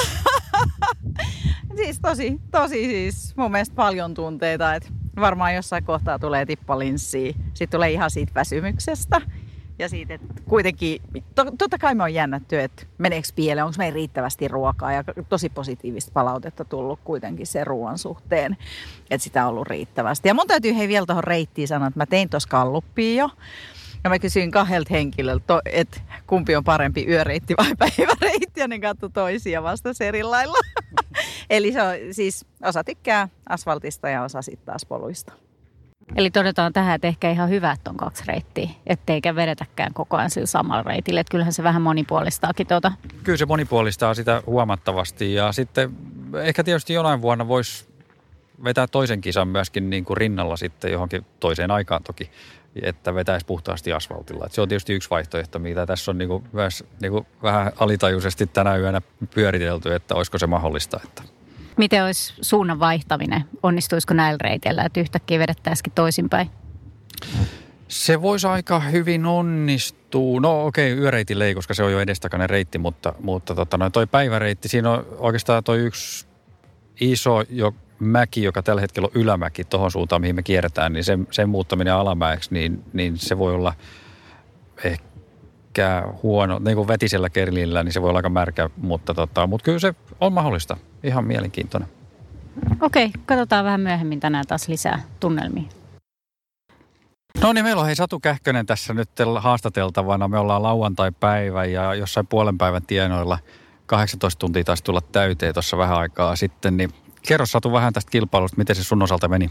Siis tosi, tosi siis mun mielestä paljon tunteita, että varmaan jossain kohtaa tulee tippalinssiä. Sitten tulee ihan siitä väsymyksestä ja siitä, että kuitenkin, to, totta kai me on jännätty, että meneekö pieleen, onko meillä riittävästi ruokaa ja tosi positiivista palautetta tullut kuitenkin sen ruoan suhteen, että sitä on ollut riittävästi. Ja mun täytyy hei vielä tuohon reittiin sanoa, että mä tein tuossa galluppia jo. Ja mä kysyin kahdelta henkilöltä, että kumpi on parempi yöreitti vai päiväreitti, ja ne katsoi toisia vasta eri lailla. Eli se on siis, osa tykkää asfaltista ja osa sitten taas poluista. Eli todetaan tähän, että ehkä ihan hyvä, että on kaksi reittiä, etteikä vedetäkään koko ajan sillä samalla reitillä. Että kyllähän se vähän monipuolistaakin tuota. Kyllä se monipuolistaa sitä huomattavasti ja sitten ehkä tietysti jonain vuonna voisi vetää toisen kisan myöskin niin kuin rinnalla sitten johonkin toiseen aikaan toki, että vetäisi puhtaasti asfaltilla. Että se on tietysti yksi vaihtoehto, mitä tässä on niin kuin myös niin kuin vähän alitajuisesti tänä yönä pyöritelty, että olisiko se mahdollista. Että. Miten olisi suunnan vaihtaminen? Onnistuisiko näillä reiteillä, että yhtäkkiä vedettäisikin toisinpäin? Se voisi aika hyvin onnistua. No okei, okay, yöreitille ei, koska se on jo edestakainen reitti, mutta, mutta tota, no, toi päiväreitti, siinä on oikeastaan toi yksi iso jo mäki, joka tällä hetkellä on ylämäki tuohon suuntaan, mihin me kierretään, niin sen, sen muuttaminen alamäeksi, niin, niin se voi olla ehkä huono, niin kuin vetisellä kerlillä, niin se voi olla aika märkä, mutta, tota, mutta kyllä se on mahdollista. Ihan mielenkiintoinen. Okei, katsotaan vähän myöhemmin tänään taas lisää tunnelmia. No niin, meillä on hei Satu Kähkönen tässä nyt haastateltavana. Me ollaan lauantai-päivä ja jossain puolen päivän tienoilla kahdeksantoista tuntia taisi tulla täyteen tuossa vähän aikaa sitten. Niin kerro Satu vähän tästä kilpailusta, miten se sun osalta meni?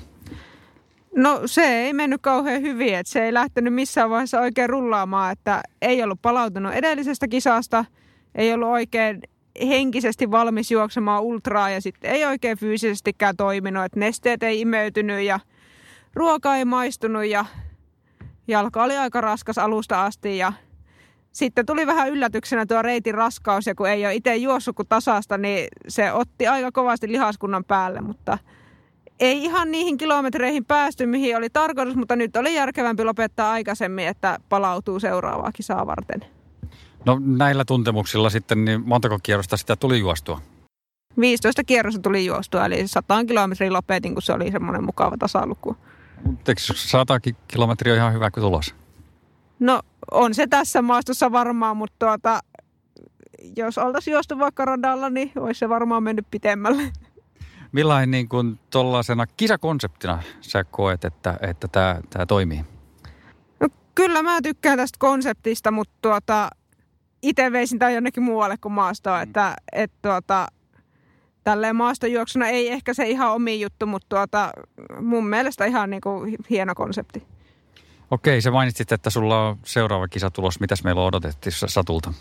No se ei mennyt kauhean hyvin, että se ei lähtenyt missään vaiheessa oikein rullaamaan, että ei ollut palautunut edellisestä kisasta, ei ollut oikein henkisesti valmis juoksemaan ultraa ja sitten ei oikein fyysisestikään toiminut, että nesteet ei imeytynyt ja ruoka ei maistunut ja jalka oli aika raskas alusta asti ja sitten tuli vähän yllätyksenä tuo reitin raskaus ja kun ei ole itse juossut kuin tasasta, niin se otti aika kovasti lihaskunnan päälle, mutta ei ihan niihin kilometreihin päästy, mihin oli tarkoitus, mutta nyt oli järkevämpi lopettaa aikaisemmin, että palautuu seuraavaa kisaa varten. No näillä tuntemuksilla sitten, niin montako kierrosta sitä tuli juostua? viisitoista kierrosta tuli juostua, eli sata kilometriä lopetin, kun se oli semmoinen mukava tasaluku. Mutta eikö sata kilometriä ole ihan hyvä tulos? No on se tässä maastossa varmaan, mutta tuota, jos oltaisiin juostu vaikka radalla, niin olisi se varmaan mennyt pitemmälle. Millainen niin kuin tuollaisena kisakonseptina sä koet, että, että tämä, tämä toimii? No, kyllä mä tykkään tästä konseptista, mutta tuota, itse veisin tämän jonnekin muualle kuin maastoon. Mm. Että et, tuota, tälleen maastojuoksuna ei ehkä se ihan omi juttu, mutta tuota, mun mielestä ihan niin kuin hieno konsepti. Okei, sä mainitsit, että sulla on seuraava kisatulos. Mitäs meillä on odotettu Satulta?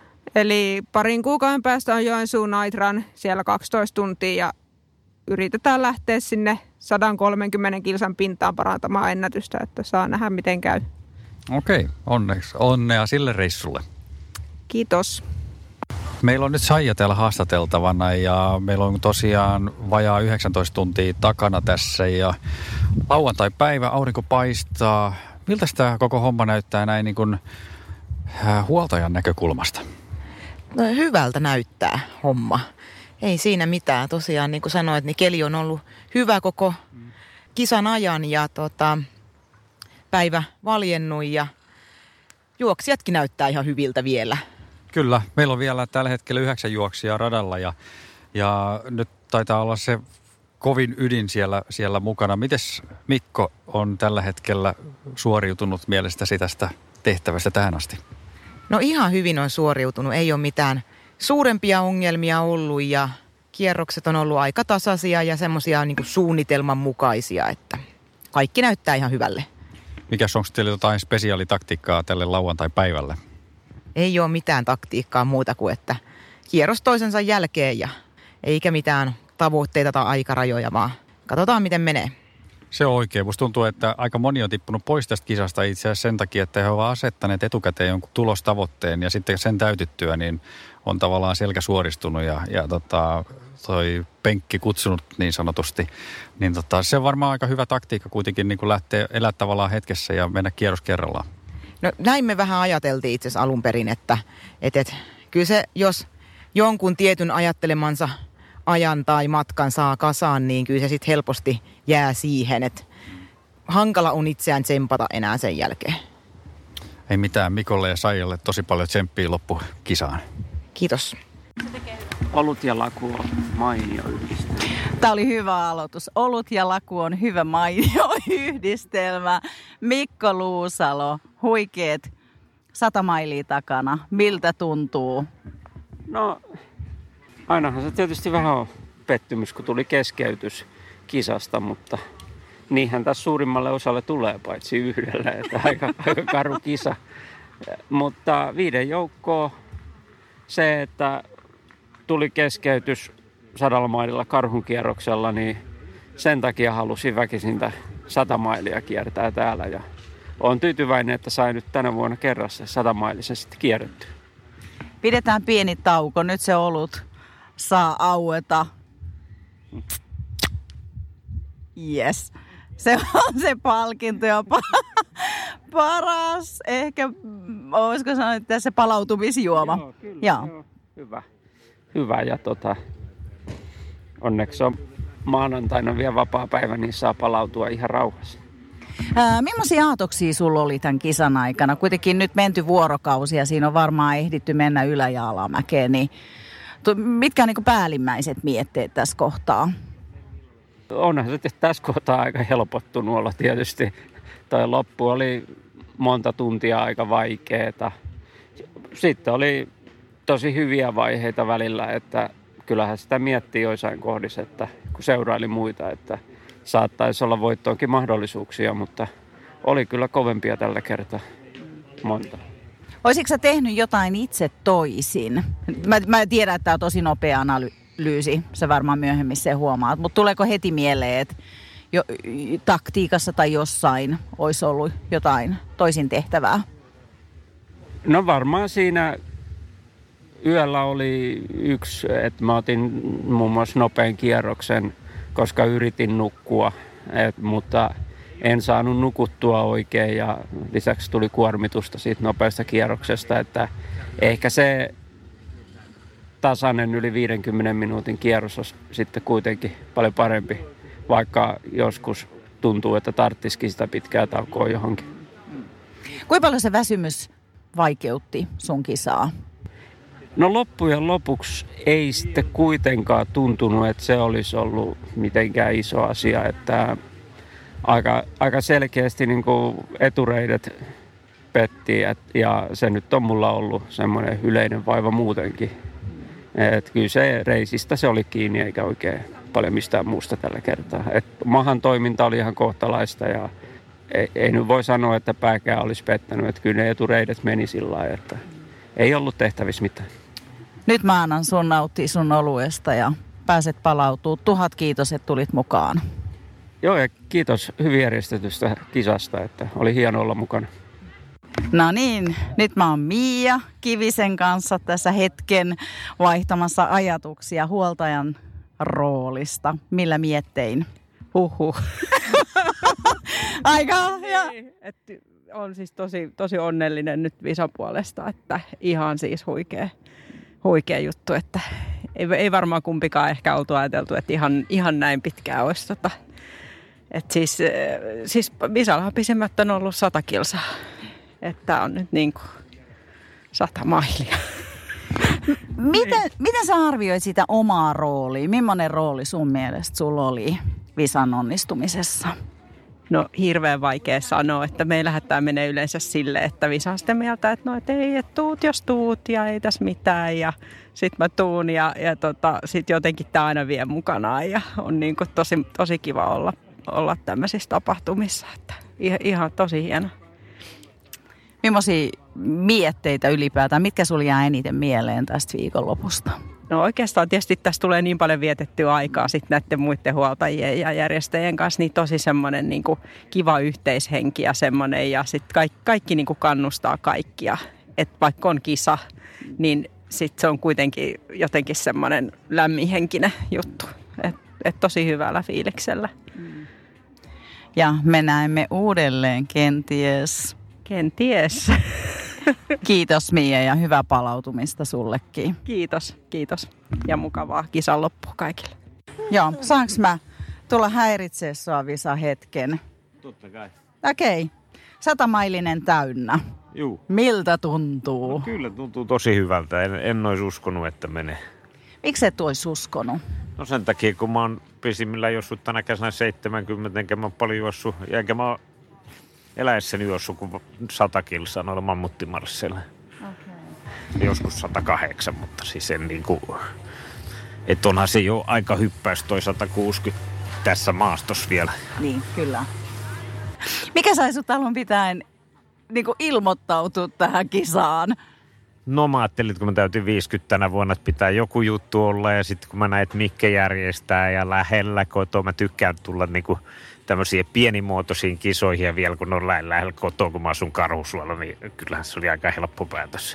Eli parin kuukauden päästä on Joensuun Naitran, siellä kaksitoista tuntia ja yritetään lähteä sinne sata kolmekymmentä kilsan pintaan parantamaan ennätystä, että saa nähdä miten käy. Okei, onneksi. Onnea sille reissulle. Kiitos. Meillä on nyt Saija täällä haastateltavana ja meillä on tosiaan vajaa yhdeksäntoista tuntia takana tässä ja lauantai-päivä, aurinko paistaa. Miltä tämä koko homma näyttää näin niin kuin huoltajan näkökulmasta? No hyvältä näyttää homma. Ei siinä mitään. Tosiaan niin kuin sanoit, niin keli on ollut hyvä koko kisan ajan ja tota, päivä valjennut ja juoksijatkin näyttää ihan hyviltä vielä. Kyllä. Meillä on vielä tällä hetkellä yhdeksän juoksijaa radalla ja, ja nyt taitaa olla se kovin ydin siellä, siellä mukana. Mites Mikko on tällä hetkellä suoriutunut mielestäsi tästä tehtävästä tähän asti? No ihan hyvin on suoriutunut. Ei ole mitään suurempia ongelmia ollut ja kierrokset on ollut aika tasaisia ja semmoisia niin kuin suunnitelman mukaisia, että kaikki näyttää ihan hyvälle. Mikäs onko teillä jotain spesiaalitaktiikkaa tälle lauantai-päivälle? Ei ole mitään taktiikkaa muuta kuin, että kierros toisensa jälkeen ja eikä mitään tavoitteita tai aikarajoja, vaan katsotaan miten menee. Se on oikein. Musta tuntuu, että aika moni on tippunut pois tästä kisasta itse asiassa sen takia, että he ovat asettaneet etukäteen jonkun tulostavoitteen ja sitten sen täytyttyä, niin on tavallaan selkä suoristunut ja, ja tota, toi penkki kutsunut niin sanotusti. Niin tota, se on varmaan aika hyvä taktiikka kuitenkin niin kuin lähteä elää tavallaan hetkessä ja mennä kierros kerrallaan. No näin me vähän ajateltiin itse asiassa alun perin, että et, et, kyllä se, jos jonkun tietyn ajattelemansa ajan tai matkan saa kasaan, niin kyllä se sitten helposti jää siihen, että hankala on itseään tsempata enää sen jälkeen. Ei mitään, Mikolle ja Saijalle tosi paljon tsemppiä loppukisaan. Kiitos. Olut ja laku on mainio yhdistelmä. Tämä oli hyvä aloitus. Olut ja laku on hyvä mainio yhdistelmä. Mikko Luusalo, huikeet sata mailia takana. Miltä tuntuu? No, ainahan se tietysti vähän on pettymys, kun tuli keskeytys kisasta, mutta niinhän tässä suurimmalle osalle tulee, paitsi yhdellä, että aika, aika karu kisa. Mutta viiden joukkoon se, että tuli keskeytys, sadalla maililla karhunkierroksella, niin sen takia halusin väkisintä sata mailia kiertää täällä. Ja olen tyytyväinen, että sain nyt tänä vuonna kerrassa satamailisen sitten kierrettyä. Pidetään pieni tauko. Nyt se olut saa aueta. Yes. Se on se palkinto ja paras. Ehkä, olisiko sanoa, että se palautumisjuoma. Joo, kyllä. Joo. Joo. Hyvä. Hyvä ja tota, onneksi on maanantaina vielä vapaa päivä, niin saa palautua ihan rauhassa. Ää, millaisia aatoksia sulla oli tämän kisan aikana? Kuitenkin nyt menty vuorokausi ja siinä on varmaan ehditty mennä ylä- ja alamäkeen. Niin, mitkä on niin kuin päällimmäiset mietteet tässä kohtaa? Onhan se tässä kohtaa aika helpottunut olla tietysti. Toi loppu oli monta tuntia aika vaikeeta. Sitten oli tosi hyviä vaiheita välillä, että kyllähän sitä miettii joissain kohdissa, että kun seuraili muita, että saattaisi olla voittoonkin mahdollisuuksia, mutta oli kyllä kovempia tällä kertaa monta. Olisitko sä tehnyt jotain itse toisin? Mä, mä tiedän, että tämä on tosi nopea analyysi, sä varmaan myöhemmin sen huomaat, mutta tuleeko heti mieleen, että jo, taktiikassa tai jossain olisi ollut jotain toisin tehtävää? No varmaan siinä yöllä oli yksi, että mä otin muun muassa nopean kierroksen, koska yritin nukkua, et, mutta en saanut nukuttua oikein ja lisäksi tuli kuormitusta siitä nopeasta kierroksesta, että ehkä se tasainen yli viidenkymmenen minuutin kierros on sitten kuitenkin paljon parempi, vaikka joskus tuntuu, että tarttisikin sitä pitkää taukoa johonkin. Kuinka paljon se väsymys vaikeutti sun kisaa? No loppujen lopuksi ei sitten kuitenkaan tuntunut, että se olisi ollut mitenkään iso asia, että aika, aika selkeästi niin kuin etureidet petti ja se nyt on mulla ollut semmoinen yleinen vaiva muutenkin. Että kyllä se reisistä se oli kiinni eikä oikein paljon mistään muusta tällä kertaa. Et mahan toiminta oli ihan kohtalaista ja ei, ei nyt voi sanoa, että pääkään olisi pettänyt, että kyllä ne etureidet meni sillä lailla, että ei ollut tehtävissä mitään. Nyt mä annan sun nauttia sun oluesta ja pääset palautuu. Tuhat kiitos, että tulit mukaan. Joo, ja kiitos hyvin järjestetystä kisasta, että oli hieno olla mukana. No niin, nyt mä oon Miia Kivisen kanssa tässä hetken vaihtamassa ajatuksia huoltajan roolista. Millä miettein? Huhhuh. Aika. Ja... On siis tosi, tosi onnellinen nyt Visan puolesta, että ihan siis huikea, huikea juttu, että ei, ei varmaan kumpikaan ehkä oltu ajateltu, että ihan, ihan näin pitkään olisi tota. Että siis, siis Visallahan pisimmät on ollut sata kilsaa, että on nyt niin kuin sata mailia. Miten, miten sä arvioit sitä omaa roolia? Millainen rooli sun mielestä sulla oli Visan onnistumisessa? No hirveän vaikea sanoa, että meillähän tämä menee yleensä silleen, että Visa on sitä mieltä, että no et ei, et tuut jos tuut ja ei tässä mitään ja sit mä tuun ja, ja tota, sit jotenkin tämä aina vie mukanaan ja on niin kuin tosi, tosi kiva olla, olla tämmöisissä tapahtumissa, että ihan tosi hieno. Millaisia mietteitä ylipäätään, mitkä sulla jää eniten mieleen tästä viikonlopusta? No oikeastaan tietysti tässä tulee niin paljon vietettyä aikaa sitten näiden muiden huoltajien ja järjestäjien kanssa, niin tosi semmoinen niin kuin kiva yhteishenki ja semmoinen ja sitten kaikki, kaikki niin kuin kannustaa kaikkia. Että vaikka on kisa, niin sitten se on kuitenkin jotenkin semmoinen lämminhenkinen juttu. Että et tosi hyvällä fiiliksellä. Ja me näemme uudelleen kenties. Kenties. Kiitos Miia ja hyvää palautumista sullekin. Kiitos, kiitos. Ja mukavaa kisan loppua kaikille. Joo, saanko mä tulla häiritseä sua Visa hetken? Totta kai. Okei, okay. Satamailinen täynnä. Juu. Miltä tuntuu? No, kyllä tuntuu tosi hyvältä. En, en olisi uskonut, että menee. Miksi et olisi uskonut? No sen takia, kun mä oon pisimmillään juossut tänä kesänä seitsemänkymmentä, enkä mä oon paljon juossut, enkä mä oon eläessäni juossut kuin sata kilsaa noilla mammuttimarsseilla. Okay. Joskus sata kahdeksan, mutta siis en niinku... Että onhan se jo aika hyppäys toi sata kuusikymmentä tässä maastossa vielä. Niin, kyllä. Mikä sai sut alun pitäen niinku ilmoittautua tähän kisaan? no mä ajattelin, että kun mä täytin viisikymmentä tänä vuonna, että pitää joku juttu olla. Ja sitten kun mä näin, että Mikke järjestää ja lähellä kotoa, mä tykkään tulla niinku tämmöisiin pienimuotoisiin kisoihin ja vielä kun on lähellä, lähellä kotoa, kun mä asun Karhusuolla, niin kyllähän se oli aika helppo päätös.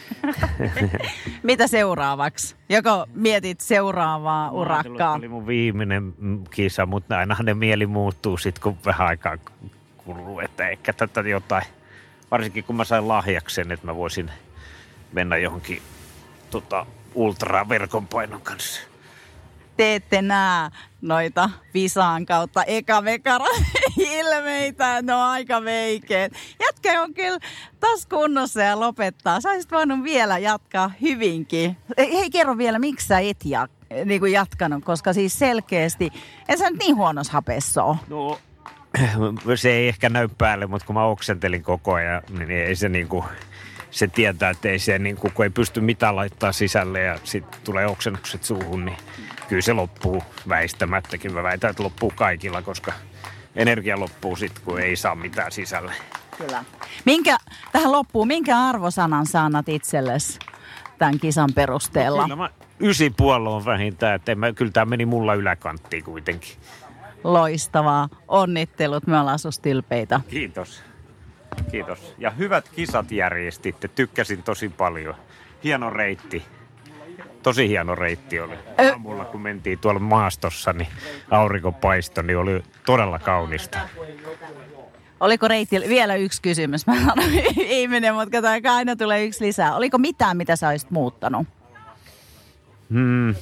Mitä seuraavaksi? Joko mietit seuraavaa urakkaa? Oli mun viimeinen kisa, mutta ainahan ne mieli muuttuu sitten, kun vähän aikaa kuluu, että ehkä tätä jotain. Varsinkin kun mä sain lahjaksen, että mä voisin mennä johonkin tota, ultraverkonpainon kanssa. Te ette näe noita Visaan kautta eka-vekara ilmeitä, ne on aika veikeet. Jätkä on kyllä taas kunnossa ja lopettaa. Sä olisit voinut vielä jatkaa hyvinkin. Hei, kerro vielä, miksi sä et ja, niin kuin jatkanut, koska siis selkeästi, en sä nyt niin huonossa hapessa ole. No, se ei ehkä näy päälle, mutta kun mä oksentelin koko ajan, niin ei se niinku... Se tietää, että ei se, niin kun ei pysty mitään laittaa sisälle ja sitten tulee oksennukset suuhun, niin kyllä se loppuu väistämättäkin. Mä väitän, että loppuu kaikilla, koska energia loppuu sitten, kun ei saa mitään sisälle. Kyllä. Minkä, tähän loppuun, minkä arvosanan sä annat itsellesi tämän kisan perusteella? Kyllä mä ysi puoli on vähintään, että mä, kyllä tämä meni mulla yläkanttiin kuitenkin. Loistavaa. Onnittelut, me ollaan susta ylpeitä. Kiitos. Kiitos. Ja hyvät kisat järjestitte. Tykkäsin tosi paljon. Hieno reitti. Tosi hieno reitti oli. Aamulla kun mentiin tuolla maastossa, niin aurinko paistoi, niin oli todella kaunista. Oliko reitti, vielä yksi kysymys. Mä sanon ihminen, mutta katsotaan, aina tulee yksi lisää. Oliko mitään, mitä sä olisit muuttanut? Hmm.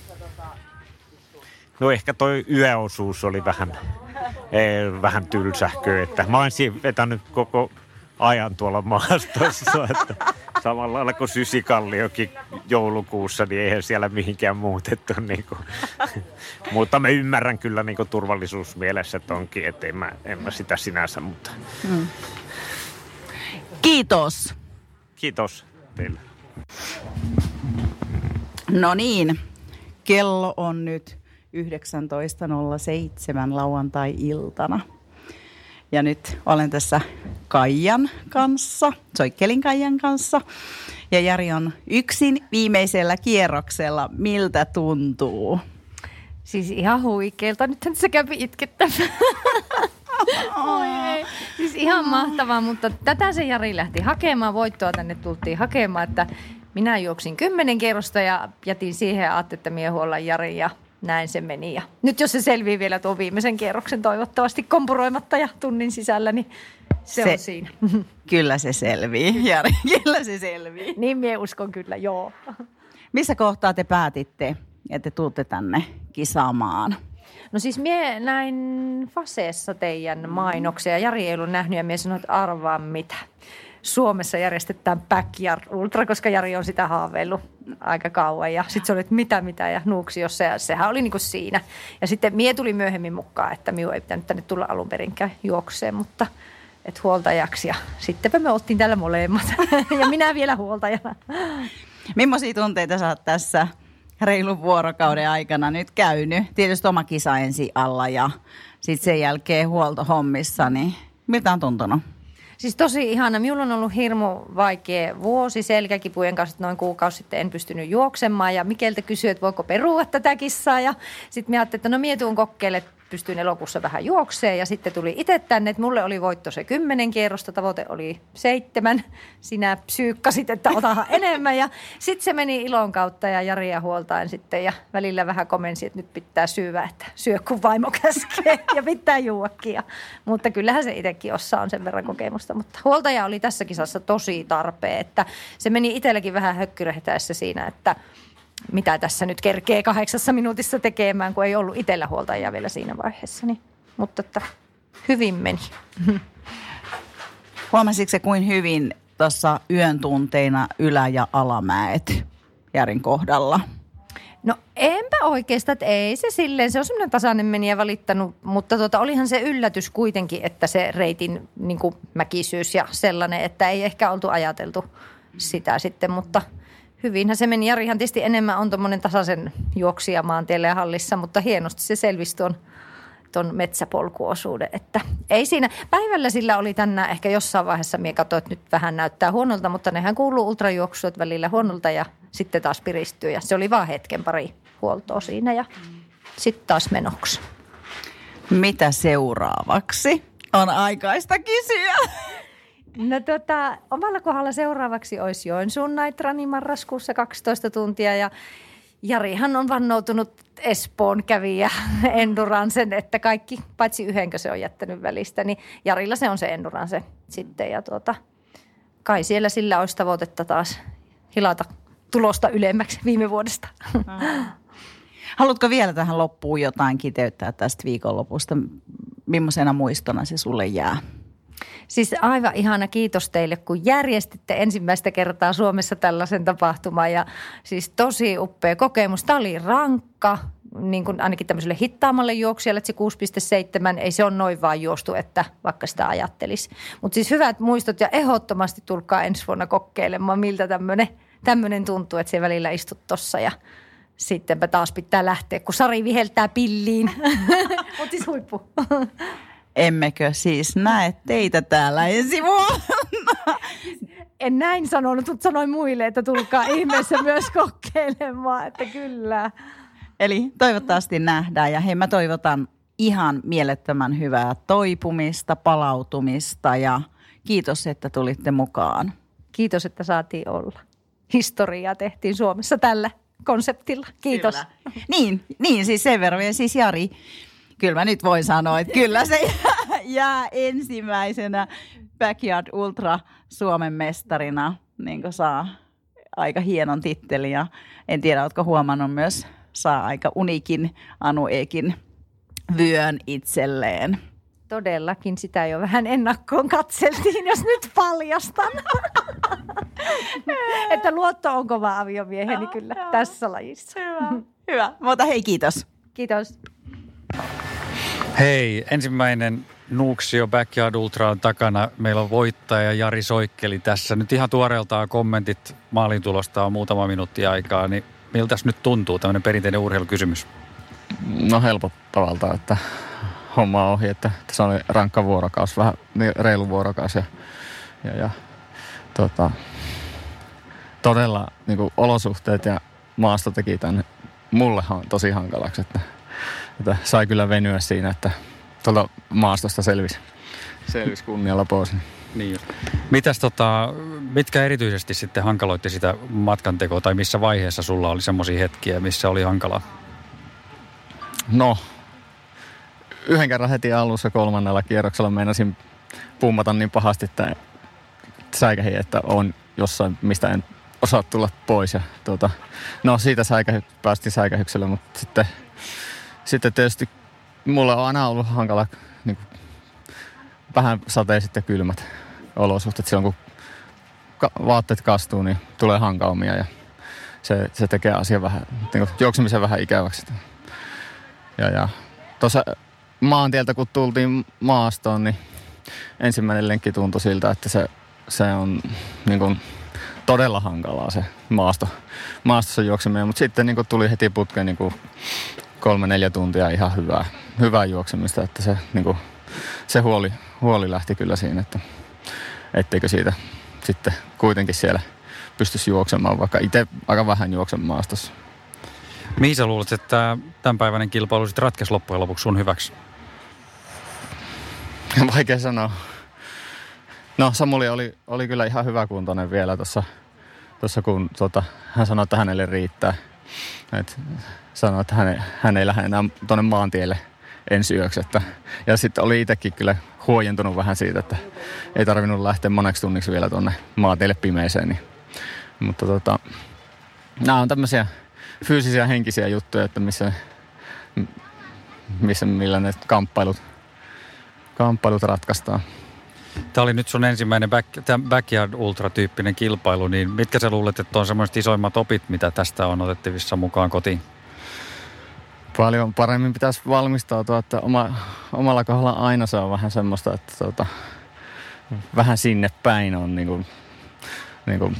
No ehkä toi yöosuus oli vähän, eh, vähän tylsähköä. Että mä olisin vetänyt koko ajan tuolla maastossa, että samalla lailla kuin Sysikalliokin joulukuussa, niin eihän siellä mihinkään muutettu. Niin kuin. Mutta mä ymmärrän kyllä niin kuin turvallisuusmielessä tonkin, että en mä, en mä sitä sinänsä, mutta... Mm. Kiitos. Kiitos teille. No niin, kello on nyt yhdeksäntoista nolla seitsemän lauantai-iltana. Ja nyt olen tässä Kaijan kanssa, Soikkelin Kaijan kanssa. Ja Jari on yksin viimeisellä kierroksella. Miltä tuntuu? Siis ihan huikeelta. Nythän se kävi itkettämään. Oi ei. Siis ihan mahtavaa, mutta tätä se Jari lähti hakemaan. Voittoa tänne tultiin hakemaan, että minä juoksin kymmenen kierrosta ja jätin siihen ja ajattelin, että mie huollan Jari ja näin se meni. Ja nyt jos se selvii vielä tuon viimeisen kierroksen toivottavasti kompuroimatta ja tunnin sisällä, niin se, se on siinä. Kyllä se selvii, Jari. Kyllä se selvii. Niin mie uskon kyllä, joo. Missä kohtaa te päätitte, että te tuutte tänne kisaamaan? No siis mie näin Faseessa teidän mainoksia. Jari ei ollut nähnyt ja mie sanoin, että arvaa mitä. Suomessa järjestetään Backyard Ultra, koska Jari on sitä haaveillut aika kauan. Ja sitten se oli, että mitä, mitä ja Nuuksiossa ja sehän oli niinku siinä. Ja sitten mie tuli myöhemmin mukaan, että minun ei pitänyt tänne tulla alun perinkään juokseen, mutta et huoltajaksi. Ja sittenpä me oltiin täällä molemmat ja minä vielä huoltajana. Millaisia tunteita sä oot tässä reilun vuorokauden aikana nyt käynyt? Tietysti oma kisa ensi alla ja sitten sen jälkeen huoltohommissa, niin miltä on tuntunut? Siis tosi ihana. Minulla on ollut hirmu vaikea vuosi selkäkipujen kanssa, että noin kuukausi sitten en pystynyt juoksemaan. Ja Mikeltä kysyi, että voiko perua tätä kissaa. Ja sitten minä ajattelin, että no minä tuun kokkeille, että pystyin elokuussa vähän juokseen. Ja sitten tuli itse tänne, että mulle oli voitto se kymmenen kierrosta, tavoite oli seitsemän. Sinä psyykkasit, että otahan enemmän. Ja sitten se meni ilon kautta ja Jaria huoltaen sitten. Ja välillä vähän komensi, että nyt pitää syyvää, että syö kun vaimo käskee ja pitää juoakin. Ja, mutta kyllähän se itsekin osaa on sen verran kokemusta. Mutta huoltaja oli tässä kisassa tosi tarpeen, että se meni itselläkin vähän hökkyrehtäessä siinä, että mitä tässä nyt kerkee kahdeksassa minuutissa tekemään, kun ei ollut itsellä huoltajia vielä siinä vaiheessa. Niin, mutta että hyvin meni. Huomasitko se kuin hyvin tuossa yön tunteina ylä- ja alamäet Jarin kohdalla? No enpä oikeastaan, että ei se silleen, se on semmoinen tasainen meni ja valittanut, mutta tuota, olihan se yllätys kuitenkin, että se reitin niin kuin mäkisyys ja sellainen, että ei ehkä oltu ajateltu sitä sitten, mutta hyvinhän se meni. Jarihan tietysti enemmän on tuommoinen tasaisen juoksija maantiellä ja hallissa, mutta hienosti se selvisi tuon ton metsäpolkuosuuden, että ei siinä. Päivällä sillä oli tänään ehkä jossain vaiheessa, minä katsoin, että nyt vähän näyttää huonolta, mutta nehän kuuluu ultrajuoksuet välillä huonolta ja sitten taas piristyy ja se oli vaan hetken pari huoltoa siinä ja sitten taas menoksi. Mitä seuraavaksi? On aikaista kysyä. No tota, omalla kohdalla seuraavaksi olisi Joensuun Night Run marraskuussa kaksitoista tuntia ja Jarihan on vannoutunut Espoon kävijä Endurancen, että kaikki, paitsi yhdenkö se on jättänyt välistä, niin Jarilla se on se Endurance sitten. Ja tuota, kai siellä sillä olisi tavoitetta taas hilata tulosta ylemmäksi viime vuodesta. Haluatko vielä tähän loppuun jotain kiteyttää tästä viikonlopusta? Millaisena muistona se sulle jää? Siis aivan ihana kiitos teille, kun järjestitte ensimmäistä kertaa Suomessa tällaisen tapahtuman ja siis tosi upea kokemus. Tämä oli rankka, niin kuin ainakin tämmöiselle hittaamalle juoksijalle, että se kuusi pilkku seitsemän, ei se ole noin vaan juostu, että vaikka sitä ajattelisi. Mutta siis hyvät muistot ja ehdottomasti tulkaa ensi vuonna kokeilemaan, miltä tämmöinen, tämmöinen tuntuu, että se välillä istut tossa ja sittenpä taas pitää lähteä, kun Sari viheltää pilliin. Mutta siis huippu. Emmekö siis näe teitä täällä ensi vuonna? En näin sanonut, mutta sanoin muille, että tulkaa ihmeessä myös kokeilemaan, että kyllä. Eli toivottavasti nähdään ja hei, mä toivotan ihan mielettömän hyvää toipumista, palautumista ja kiitos, että tulitte mukaan. Kiitos, että saatiin olla. Historiaa tehtiin Suomessa tällä konseptilla. Kiitos. Kyllä. Niin, niin, siis sen verran. Ja siis Jari, kyllä mä nyt voin sanoa, että kyllä se jää, jää ensimmäisenä Backyard Ultra Suomen mestarina, niin kuin saa aika hienon tittelin. Ja en tiedä, ootko huomannut myös, saa aika unikin Anu Ekin vyön itselleen. Todellakin sitä jo vähän ennakkoon katseltiin, jos nyt paljastan. Että luotto on kova aviomieheni joo, kyllä joo. Tässä lajissa. Hyvä. Hyvä. Mutta hei, kiitos. Kiitos. Hei, ensimmäinen Nuuksio Backyard Ultra on takana. Meillä on voittaja Jari Soikkeli tässä. Nyt ihan tuoreeltaan kommentit maalintulosta on muutama minuutti aikaa. Niin miltäs nyt tuntuu tämmöinen perinteinen urheilukysymys? No helpottavalta, että homma on ohi, että se oli rankka vuorokaus, vähän reilu vuorokaus ja, ja, ja tota, todella niin kuin olosuhteet ja maasto teki tämän mulle tosi hankalaksi, että, että sai kyllä venyä siinä, että tuolta maastosta selvisi, selvisi kunnialla pois. Niin. Mitäs tota, mitkä erityisesti sitten hankaloitti sitä matkantekoa tai missä vaiheessa sulla oli semmoisia hetkiä, missä oli hankalaa? No, yhden kerran heti alussa kolmannella kierroksella meinasin pummata niin pahasti, että säikähin, että on jossain, mistä en osaa tulla pois. Ja, tuota, no siitä säikähy, päästiin säikähyksellä, mutta sitten, sitten tietysti mulla on aina ollut hankala niin kuin, vähän sateiset ja kylmät olosuhteet. Silloin kun ka- vaatteet kastuu, niin tulee hankaumia ja se, se tekee asian vähän, niin kuin, juoksemisen vähän ikäväksi. Ja, ja tuossa maantieltä kun tultiin maastoon, niin ensimmäinen lenkki tuntui siltä, että se, se on niin kuin, todella hankalaa se maasto, maastossa juokseminen. Mutta sitten niin kuin, tuli heti putkeen niin kuin, kolme neljä tuntia ihan hyvää, hyvää juoksemista. Että se, niin kuin, se huoli, huoli lähti kyllä siinä, että etteikö siitä sitten kuitenkin siellä pystyisi juoksemaan, vaikka itse aika vähän juoksen maastossa. Mihin sä luulet, että tämänpäiväinen kilpailu sitten ratkesi loppujen lopuksi sun hyväksi? Vaikea sanoa. No Samuli oli, oli kyllä ihan hyväkuntoinen vielä tuossa, tuossa kun tota, hän sanoi, että hänelle riittää. Et sanoi, että hän, hän ei lähde enää tuonne maantielle ensi yöksi. Että, ja sitten oli itsekin kyllä huojentunut vähän siitä, että ei tarvinnut lähteä moneksi tunniksi vielä tuonne maantielle pimeeseen. Niin. Mutta tota, nämä on tämmöisiä fyysisiä henkisiä juttuja, että missä, missä millä ne kamppailut, kamppailut ratkaistaan. Tämä oli nyt sun ensimmäinen back, Backyard Ultra-tyyppinen kilpailu, niin mitkä sä luulet, että on semmoiset isoimmat opit, mitä tästä on otettavissa mukaan kotiin? Paljon paremmin pitäisi valmistautua, että oma, omalla kohdalla aina se on vähän semmoista, että tota, vähän sinne päin on niin kuin, niin kuin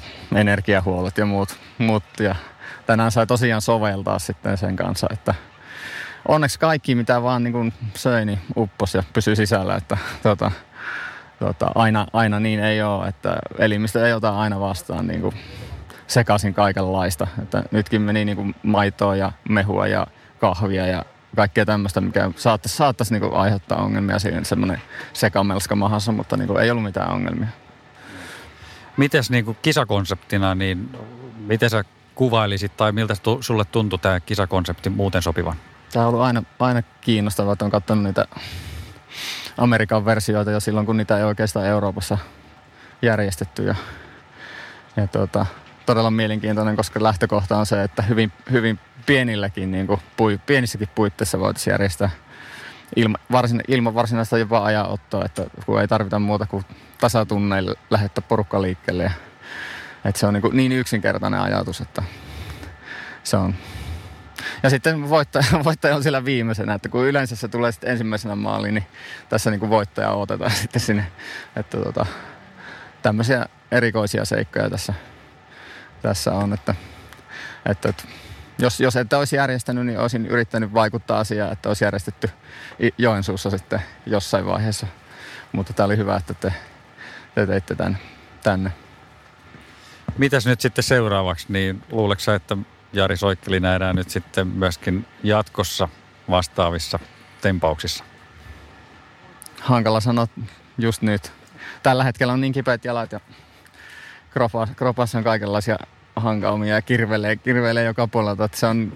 energiahuollot ja muut, muut ja tänään sai tosiaan soveltaa sitten sen kanssa, että, onneksi kaikki, mitä vaan niin kuin söi, niin uppos ja pysyi sisällä, että tota, tota, aina, aina niin ei ole, että elimistö ei ota aina vastaan niin kuin sekaisin kaikenlaista. Että nytkin meni niin kuin maitoa ja mehua ja kahvia ja kaikkea tämmöistä, mikä saattaisi, saattaisi niin kuin aiheuttaa ongelmia siihen, semmoinen sekamelska mahassa, mutta niin kuin ei ollut mitään ongelmia. Mites niin kuin kisakonseptina, niin miten sä kuvailisit tai miltä sulle tuntui tämä kisakonsepti muuten sopivan? Tämä on ollut aina, aina kiinnostavaa, että olen katsonut niitä Amerikan versioita jo silloin, kun niitä ei oikeastaan Euroopassa järjestetty. Ja, ja tuota, todella mielenkiintoinen, koska lähtökohta on se, että hyvin, hyvin pienilläkin, niin kuin pui, pienissäkin puitteissa voitaisiin järjestää ilma, varsin, ilman varsinaista jopa ajanottoa, että kun ei tarvita muuta kuin tasatunneille lähettää porukka liikkeelle. Ja, että se on niin, kuin niin yksinkertainen ajatus, että se on. Ja sitten voittaja, voittaja on siellä viimeisenä, että kun yleensä se tulee sitten ensimmäisenä maaliin, niin tässä niin kuin voittaja otetaan sitten sinne. Että tota, tämmöisiä erikoisia seikkoja tässä, tässä on, että, että, että jos, jos ette olisi järjestänyt, niin olisin yrittänyt vaikuttaa asiaan, että olisi järjestetty Joensuussa sitten jossain vaiheessa. Mutta tämä oli hyvä, että te, te teitte tämän, tänne. Mitäs nyt sitten seuraavaksi, niin luuletko sä, että Jari Soikkeli nähdään nyt sitten myöskin jatkossa vastaavissa tempauksissa? Hankala sanoa just nyt. Tällä hetkellä on niin kipeät jalat ja kropassa, kropassa on kaikenlaisia hankaumia ja kirvelee, kirvelee joka puolelta. Että se on,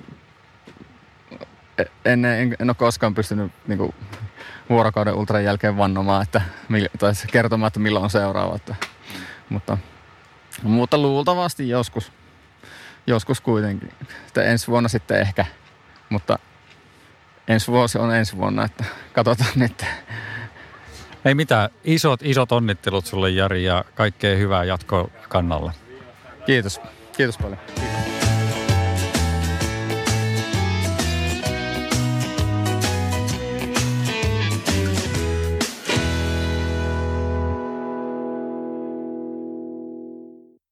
en, en, en ole koskaan pystynyt niin kuin vuorokauden ultran jälkeen vannomaan, että, tai kertomaan, että milloin on seuraava. Että, mutta, mutta luultavasti joskus. Joskus kuitenkin. Että ensi vuonna sitten ehkä, mutta ensi vuosi on ensi vuonna, että katsotaan nyt. Ei mitään. Isot, isot onnittelut sulle, Jari, ja kaikkea hyvää jatkoa kannalle. Kiitos. Kiitos paljon.